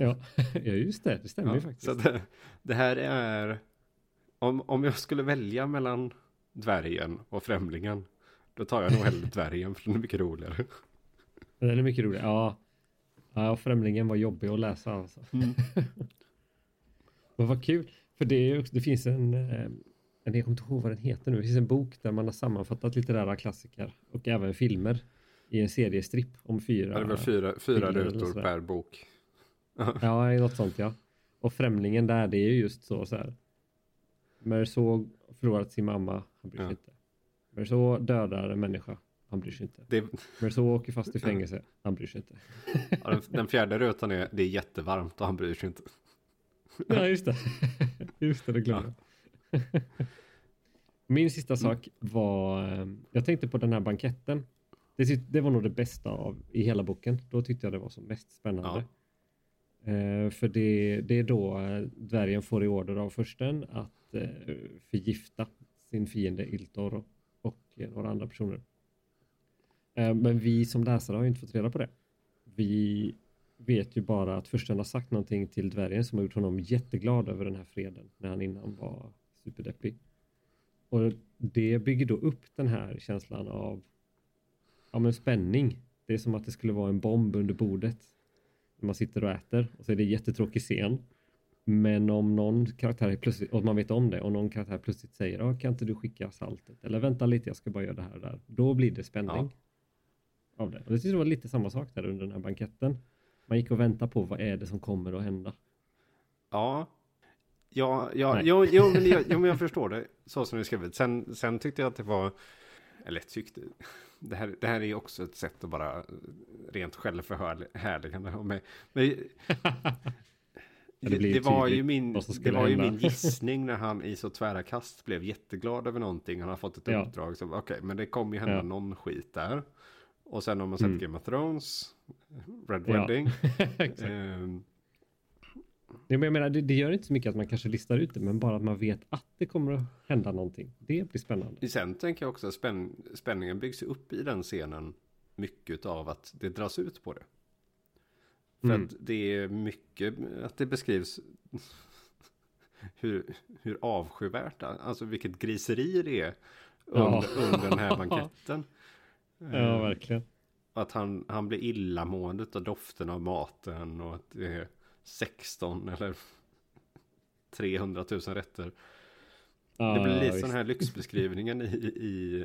Ja, ja just det. Det stämmer ja, ju faktiskt. Så det, det här är... Om, om jag skulle välja mellan dvärgen och främlingen, då tar jag nog hellre dvärgen, för den är mycket roligare. Den är mycket rolig. Ja, ja främlingen var jobbig att läsa alltså. Mm. Men vad kul. För det, är också, det finns en, en, jag kommer inte ihåg vad den heter nu. Det finns en bok där man har sammanfattat litterära klassiker och även filmer i en seriestripp om fyra. Ja, det var fyra, fyra rutor per bok. Ja, något sånt ja. Och främlingen där, det är ju just så så här. Merceau förlorat sin mamma, han bryr sig ja. inte. Merceau dödar en människa, han bryr sig inte. Det... Merceau åker fast i fängelse, han bryr sig inte. Ja, den, den fjärde rutan är, det är jättevarmt och han bryr sig inte. Ja, just det. Just det, det glömde jag. Ja. Min sista sak var, jag tänkte på den här banketten. Det, det var nog det bästa av i hela boken. Då tyckte jag det var som mest spännande. Ja. Uh, för det, det är då uh, dvärgen får i order av försten att uh, förgifta sin fiende Iltor och, och uh, några andra personer. Uh, men vi som läsare har ju inte fått reda på det. Vi vet ju bara att försten har sagt någonting till dvärgen som har gjort honom jätteglad över den här freden när han innan var superdeppig. Och det bygger då upp den här känslan av ja, men spänning. Det är som att det skulle vara en bomb under bordet. Man sitter och äter och så är det en jättetråkig scen. Men om någon karaktär plötsligt, och man vet om det, och någon karaktär plötsligt säger ah, kan inte du skicka saltet? Eller vänta lite, jag ska bara göra det här och där. Då blir det spänning ja. av det. Och det tycker jag var lite samma sak där under den här banketten. Man gick och väntade på vad är det som kommer att hända. Ja, ja, ja jo, jo, men jag, jo, men jag förstår det så som det är skrivet. Sen, sen tyckte jag att det var, eller tyckte, det här, det här är också ett sätt att bara rent självförhärligande. Men, men det, det var ju min, det var ju min gissning när han i så tvära kast blev jätteglad över någonting. Han har fått ett ja. uppdrag. Okej, okay, men det kommer ju hända ja. någon skit där. Och sen om man sett mm. Game of Thrones, Red ja. Wedding. um, jag menar, det, det gör inte så mycket att man kanske listar ut det, men bara att man vet att det kommer att hända någonting. Det blir spännande. Sen tänker jag också att spänn, spänningen byggs upp i den scenen mycket av att det dras ut på det. För mm. att det är mycket, att det beskrivs hur, hur avskyvärt, alltså vilket griseri det är under, ja. under den här banketten. Ja, verkligen. Att han, han blir illamående av doften av maten och att det är sexton eller trehundratusen rätter. Ah, det blir lite sån här lyxbeskrivningen i, i,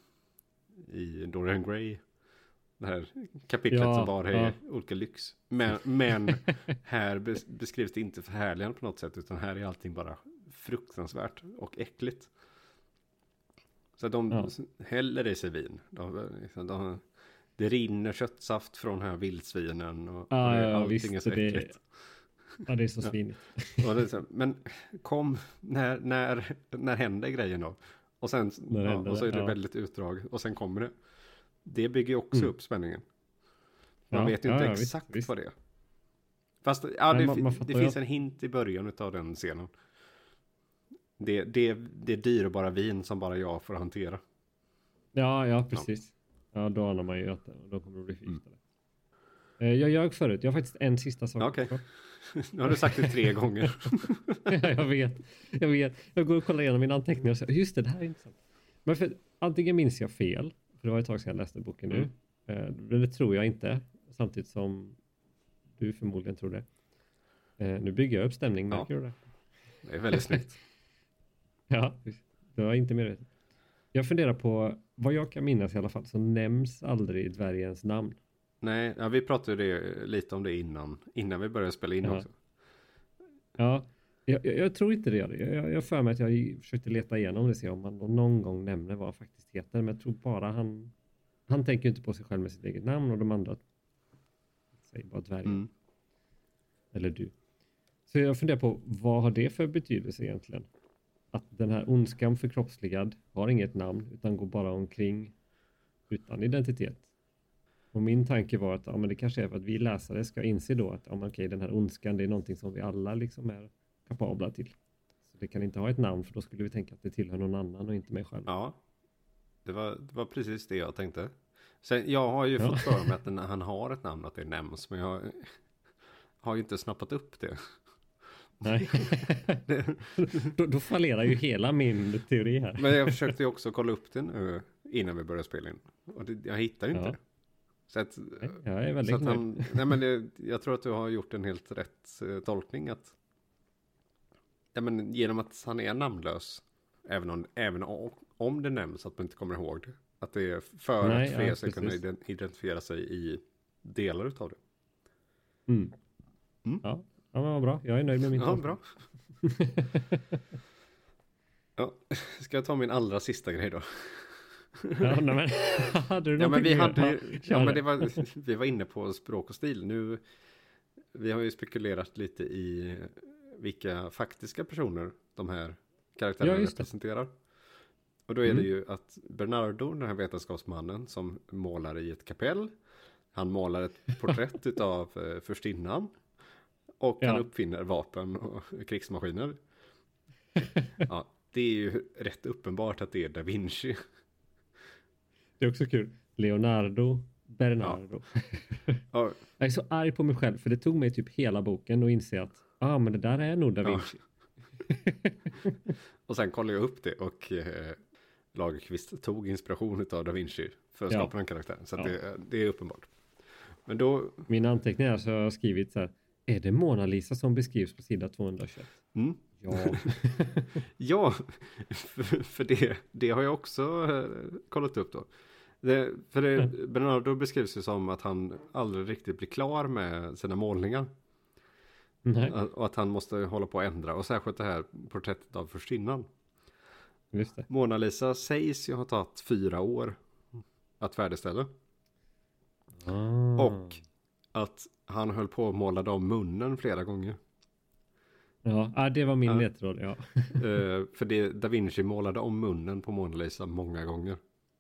i Dorian Gray. Det här kapitlet ja, som bara är ja. olika lyx. Men, men här beskrivs det inte förhärligande på något sätt, utan här är allting bara fruktansvärt och äckligt. Så de ja. häller i sig vin. De, liksom, de, det rinner köttsaft från här vildsvinen och, ah, och det, ja, allting visst, är så äckligt. Det, ja, det är så svinigt. Ja. Och det är så, men kom, när, när, när händer grejen då? Och sen ja, och så är det ja. väldigt utdrag. Och sen kommer det. Det bygger också mm. upp spänningen. Man ja, vet ju inte ja, exakt visst, vad det är. Fast ja, det, man, man det finns en hint i början av den scenen. Det, det, det är dyrbara vin som bara jag får hantera. Ja, ja, precis. Ja, ja då anar man ju att då kommer det bli förgiftade. Mm. Jag ljög förut. Jag har faktiskt en sista sak. Okej. Okay. Nu har du sagt det tre gånger. Ja, jag vet. Jag vet. Jag går och kollar igenom mina anteckningar och säger, just det, det här är intressant. Men för, antingen minns jag fel. För det var ett tag sedan jag läste boken nu. Mm. Det tror jag inte. Samtidigt som du förmodligen tror det. Nu bygger jag upp stämning, märker ja. du det? Det är väldigt snyggt. Ja, det var inte mer. Jag funderar på, vad jag kan minnas i alla fall, så nämns aldrig dvärgens namn. Nej, ja, vi pratade det, lite om det innan, innan vi började spela in ja. också. Ja, jag, jag, jag tror inte det. Jag, jag, jag för mig att jag försökte leta igenom det, se om man någon gång nämner vad han faktiskt heter. Men jag tror bara han, han tänker inte på sig själv med sitt eget namn, och de andra säger bara dvärgen. Mm. Eller du. Så jag funderar på, vad har det för betydelse egentligen? Att den här ondskan förkroppsligad har inget namn, utan går bara omkring utan identitet. Och min tanke var att ja, men det kanske är för att vi läsare ska inse då att ja, men okej, den här ondskan, det är någonting som vi alla liksom är kapabla till. Så det kan inte ha ett namn, för då skulle vi tänka att det tillhör någon annan och inte mig själv. Ja, det var, det var precis det jag tänkte. Sen, jag har ju ja. fått för mig att när han har ett namn att det nämns, men jag har ju inte snappat upp det. Nej. då, då fallerar ju hela min teori här. Men jag försökte ju också kolla upp det nu innan vi började spela in. Och det, jag hittar inte Ja. det. Så att, Jag är väldigt så att nöjd. han, nej men det, jag tror att du har gjort en helt rätt eh, tolkning. Att, ja, men genom att han är namnlös, även om, även om, om det nämns att man inte kommer ihåg det. Att det är för Nej, att fler ja, ska kunna precis. ident- identifiera sig i delar utav det. Mm. Mm. Ja. Ja, men vad bra. Jag är nöjd med min Ja, tolkning. bra. Ja, ska jag ta min allra sista grej då? Ja, nej, men, hade du Ja, men vi någonting hade mer? ju, kör ja, men det. det var, vi var inne på språk och stil. Nu, vi har ju spekulerat lite i vilka faktiska personer de här karaktärerna Ja, just det. representerar. Och då är Mm. det ju att Bernardo, den här vetenskapsmannen som målar i ett kapell. Han målar ett porträtt utav eh, förstinnan. Och Ja. han uppfinner vapen och krigsmaskiner. Ja, det är ju rätt uppenbart att det är Da Vinci. Det är också kul. Leonardo Bernardo. Ja, Jag är så arg på mig själv för det tog mig typ hela boken och inse att ah, men det där är nog Da Ja. Vinci. och sen kollade jag upp det och eh, Lagerqvist tog inspiration av Da Vinci för att Ja. skapa den karaktären. Så att Ja. det, det är uppenbart. Men då, Mina anteckningar så har jag skrivit så här. Är det Mona Lisa som beskrivs på sida tvåhundratjugoett? mm, Ja. ja, för, för det, det har jag också eh, kollat upp då. Det, för det, Bernardo beskrivs ju som att han aldrig riktigt blir klar med sina målningar. Nej, Och att han måste hålla på att ändra. Och särskilt det här porträttet av förstinnan. just det. Mona Lisa sägs ju ha tagit fyra år att färdigställa. Ah. Och att han höll på att måla om munnen flera gånger. Ja, ah, det var min Ja. ledtråd. Ja. Eh, för det, Da Vinci målade om munnen på Mona Lisa många gånger.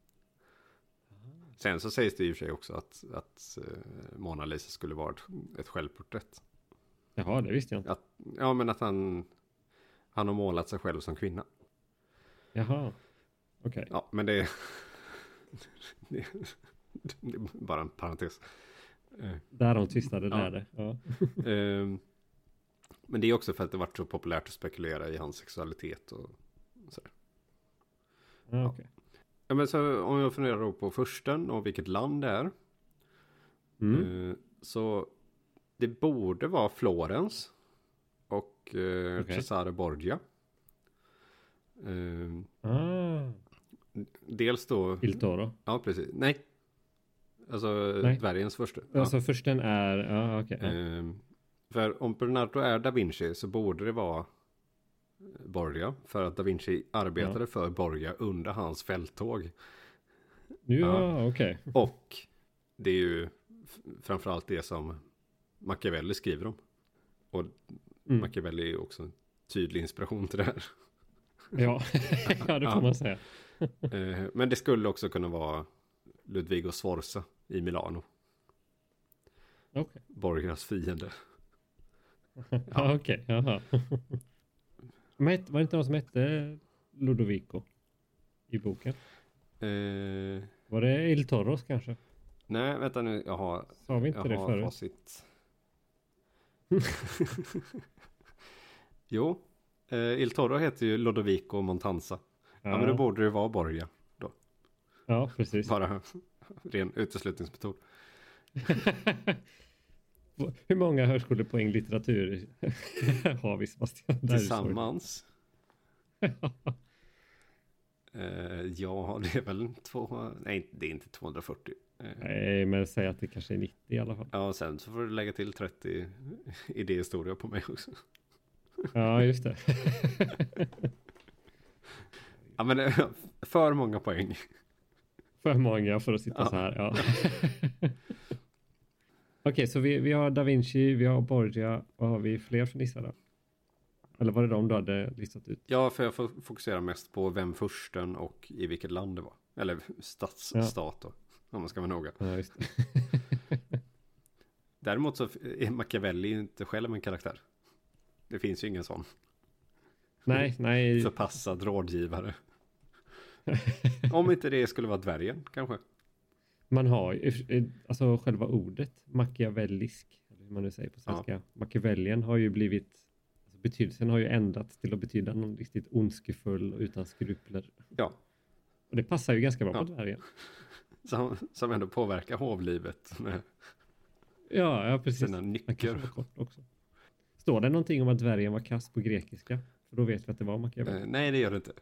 Sen så sägs det i och för sig också att, att eh, Mona Lisa skulle vara ett, ett självporträtt. Jaha, det visste jag inte. Att, ja, men att han, han har målat sig själv som kvinna. Jaha, okej. Ja, men det, det, det är bara en parentes. Eh, Där de tvistade Ja. lärde. Ja. eh, men det är också för att det varit så populärt att spekulera i hans sexualitet och så. Ja, okej. Ja, men så om jag funderar då på försten och vilket land det är. Mm. Eh, så det borde vara Florens och eh, Okej. Cesare Borgia. Eh, Ah, dels då... Il Toro. Ja, precis. Nej. Alltså Nej. dvärgens första. Ja. Alltså försten är, ja okej. Ja. Eh, för om Bernardo är Da Vinci så borde det vara Borgia. För att Da Vinci arbetade Ja. för Borgia under hans fälttåg. Ja, okej. Och det är ju f- framförallt det som Machiavelli skriver om. Och Mm. Machiavelli är ju också en tydlig inspiration till det här. Ja. ja, det får Ja. man säga. Eh, Men det skulle också kunna vara Ludvigo Sforza i Milano. Okej. Borgias fiende. Ja, okej. Jaha. Men het- var det inte någon som hette Ludovico i boken? Eh, Var det Il Toros kanske? nej, vänta nu. Jag har, Sa vi inte jag det har förut? facit. Jo. Eh, Il Toro heter ju Lodovico Montanza. Ja. Ja, men då borde det vara Borgia. ja precis. Bara ren uteslutningsmetod. Hur många högskolepoäng litteratur har vi, Sebastian? Det här är så- Tillsammans. eh, ja, det är väl två... Nej, det är inte tvåhundrafyrtio. Eh, Nej, men säg att det kanske är nittio i alla fall. ja, och sen så får du lägga till trettio idéhistoria på mig också. Ja, just det. Ja, men eh, för många poäng. För många för att sitta Ja. så här. Ja. Okej, så vi, vi har Da Vinci, vi har Borgia. Vad har vi fler för nissar då? Eller var det de du hade listat ut? Ja, för jag får fokusera mest på vem försten och i vilket land det var. Eller stadsstat då, om man ska vara noga. Ja, just det. Däremot så är Machiavelli inte själv en karaktär. Det finns ju ingen sån Nej, nej. förpassad rådgivare. Om inte det skulle vara dvärgen, kanske. Man har ju, alltså själva ordet Machiavellisk. Eller hur man nu säger på svenska. Ja. Machiavellian har ju blivit, alltså betydelsen har ju ändrats till att betyda någon riktigt ondskefull och utan skrupler. Ja. Och det passar ju ganska bra ja. på dvärgen. Som, som ändå påverkar hovlivet med ja, ja, precis. sina nycker. Också. Står det någonting om att dvärgen var kass på grekiska? För då vet vi att det var Machiavelli. Eh, nej, det gör det inte.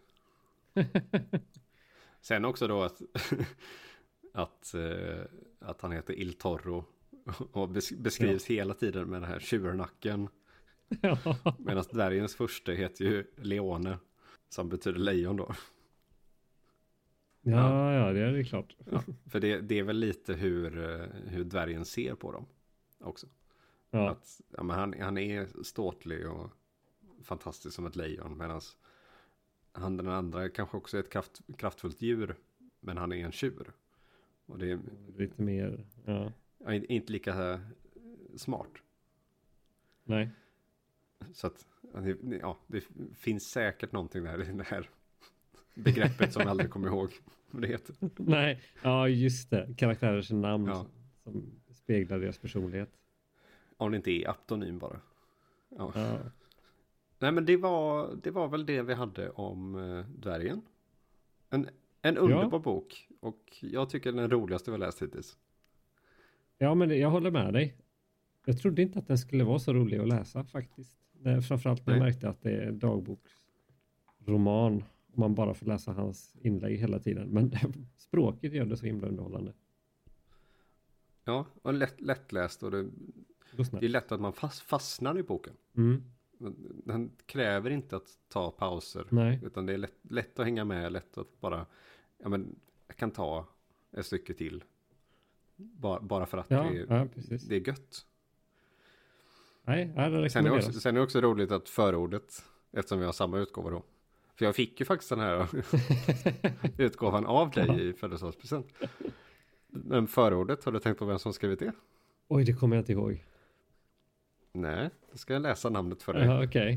Sen också då att att, eh, att han heter Il Toro och beskrivs ja. hela tiden med den här tjurnacken. Ja. Medan dvärgens första heter ju Leone, som betyder lejon då. Ja, ja, ja det är det klart. Ja, för det, det är väl lite hur, hur dvärgen ser på dem också. Ja. Att, ja, men han, han är ståtlig och fantastisk som ett lejon, medan han den andra kanske också är ett kraft, kraftfullt djur, men han är en tjur. Och det är lite mer, ja. Ja, inte lika smart. Nej. Så att, ja, det finns säkert någonting där i det här begreppet som jag aldrig kommer ihåg vad det heter. Nej, ja just det. Karaktärers namn ja. som speglar deras personlighet. Om det inte är aptonym bara. Ja. Ja. Nej, men det var, det var väl det vi hade om uh, dvärgen. En, en underbar ja. bok. Och jag tycker den roligaste vi har läst hittills. Ja, men jag håller med dig. Jag trodde inte att den skulle vara så rolig att läsa faktiskt. Framförallt när jag märkte att det är dagboksroman. Och man bara får läsa hans inlägg hela tiden. Men språket gör det så himla underhållande. Ja, och lätt, lättläst. Och det, det är lätt att man fast, fastnar i boken. Mm. Den kräver inte att ta pauser. Nej. Utan det är lätt, lätt att hänga med. Lätt att bara, ja men jag kan ta ett stycke till. Bara, bara för att ja, det, är, ja, det är gött. Nej, ja, det sen, är också, sen är det också roligt att förordet, eftersom vi har samma utgåva då. För jag fick ju faktiskt den här utgåvan av dig ja. i födelsedagspresent. Men förordet, har du tänkt på vem som skrivit det? Oj, det kommer jag inte ihåg. Nej, då ska jag läsa namnet för dig. Ja, okej. Okay.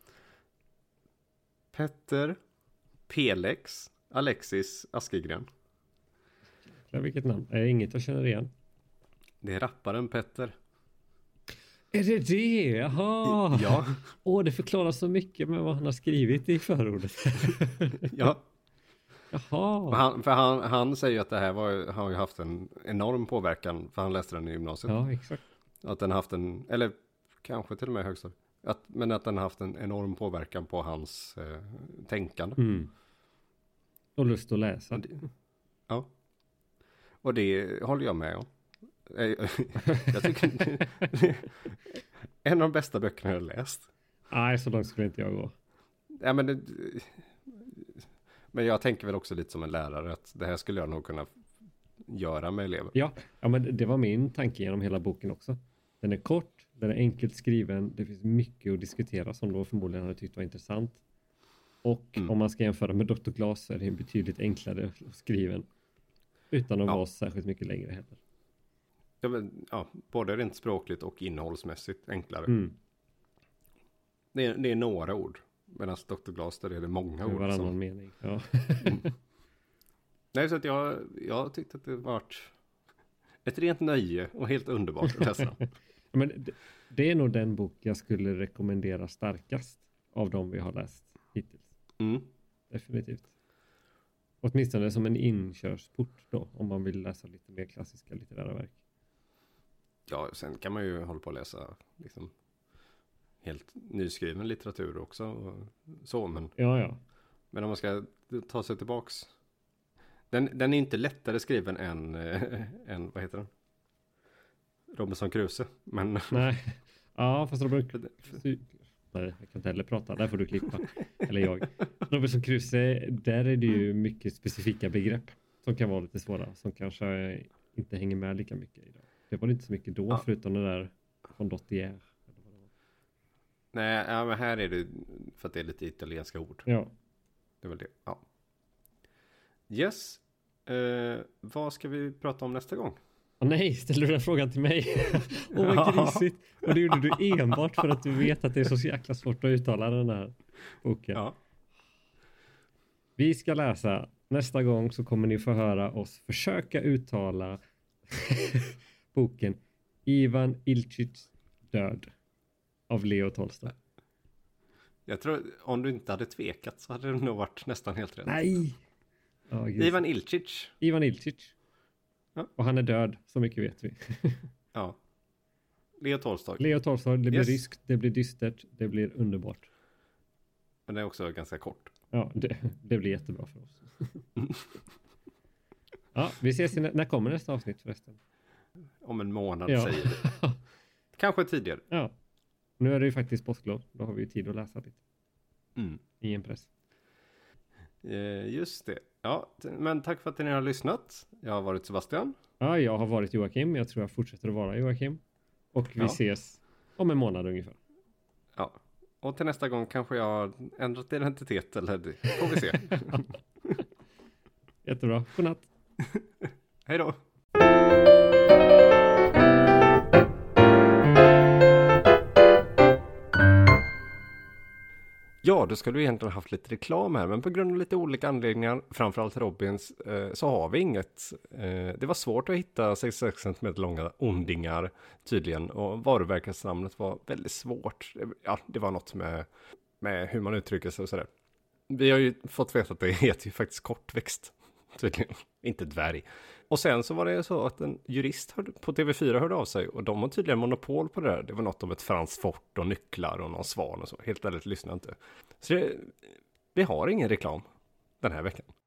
Petter Pelex Alexis Askegren. Ja, vilket namn? Är det inget jag känner igen? Det är rapparen Petter. Är det det? Jaha! Ja. Åh, det förklarar så mycket med vad han har skrivit i förordet. Ja. Jaha. Han, för han, han säger ju att det här var, har ju haft en enorm påverkan, för han läste den i gymnasiet. Ja, exakt. Att den har haft en, eller kanske till och med högstadiet. Att, men att den har haft en enorm påverkan på hans eh, tänkande. Mm. Och lust att läsa. Ja. Och det håller jag med om. Jag tycker en av de bästa böckerna jag har läst. Nej, så långt skulle inte jag gå. Ja, men, det, men jag tänker väl också lite som en lärare att det här skulle jag nog kunna göra med elever. Ja, ja men det var min tanke genom hela boken också. Den är kort, den är enkelt skriven. Det finns mycket att diskutera som då förmodligen hade tyckt var intressant. Och mm. om man ska jämföra med doktor Glas så är det betydligt enklare skriven. Utan att ja. vara särskilt mycket längre heller. Ja, men, ja, både rent språkligt och innehållsmässigt enklare. Mm. Det, är, det är några ord. Medan doktor Glas där är det många ord. Varannan som... mening. Ja. mm. Nej, så att jag, jag tyckte att det var ett rent nöje och helt underbart att läsa. Men det, det är nog den bok jag skulle rekommendera starkast av de vi har läst hittills. Mm. Definitivt. Åtminstone som en inkörsport då, om man vill läsa lite mer klassiska litterära verk. Ja, sen kan man ju hålla på att läsa liksom helt nyskriven litteratur också och så, men ja, ja. Men om man ska ta sig tillbaks, den, den är inte lättare skriven än, äh, än vad heter den? Robinson Crusoe, men nej, ja fast Robinson nej, jag kan inte heller prata, där får du klippa eller jag. Robinson Crusoe, där är det ju mycket specifika begrepp som kan vara lite svåra, som kanske inte hänger med lika mycket idag. Det var inte så mycket då, ja. förutom det där från Dottier. Nej, ja, men här är det för att det är lite italienska ord. Ja. Det är väl det, ja. Yes. Uh, vad ska vi prata om nästa gång? Oh, nej, ställer du den frågan till mig? Åh, oh, vad grisigt. Och det gjorde du enbart för att du vet att det är så jäkla svårt att uttala den här boken. Ja. Vi ska läsa. Nästa gång så kommer ni få höra oss försöka uttala boken Ivan Iljic död av Leo Tolstoj. Jag tror om du inte hade tvekat så hade det nog varit nästan helt rätt. Nej! Oh, Ivan Iljic. Ivan Iljic. Ja. Och han är död, så mycket vet vi. Ja. Leo Tolstoj. Leo Tolstoj, det blir Yes. ryskt, det blir dystert, det blir underbart. Men det är också ganska kort. Ja, det, det blir jättebra för oss. Ja, vi ses i, nä- när kommer nästa avsnitt förresten? Om en månad Ja. säger vi. Kanske tidigare. Ja, nu är det ju faktiskt påsklov. Då har vi ju tid att läsa lite. Mm. I en press. Eh, just det. Ja, t- men tack för att ni har lyssnat. Jag har varit Sebastian. Ja, jag har varit Joakim. Jag tror jag fortsätter att vara Joakim. Och vi Ja. ses om en månad ungefär. Ja. Och till nästa gång kanske jag har ändrat identitet eller det får vi se. Jättebra. Godnatt. Hej då. Ja, då skulle vi egentligen haft lite reklam här, men på grund av lite olika anledningar, framförallt Robins, eh, så har vi inget. Eh, det var svårt att hitta sextiosex centimeter långa ondingar tydligen, och varumärkesnamnet var väldigt svårt. Ja, det var något med, med hur man uttrycker sig och sådär. Vi har ju fått veta att det heter ju faktiskt kortväxt, tydligen, inte dvärg. Och sen så var det så att en jurist hörde, på T V fyra hörde av sig, och de har tydligen monopol på det där. Det var något om ett franskt fort och nycklar och någon svan och så. Helt ärligt, lyssna inte. Så det, vi har ingen reklam den här veckan.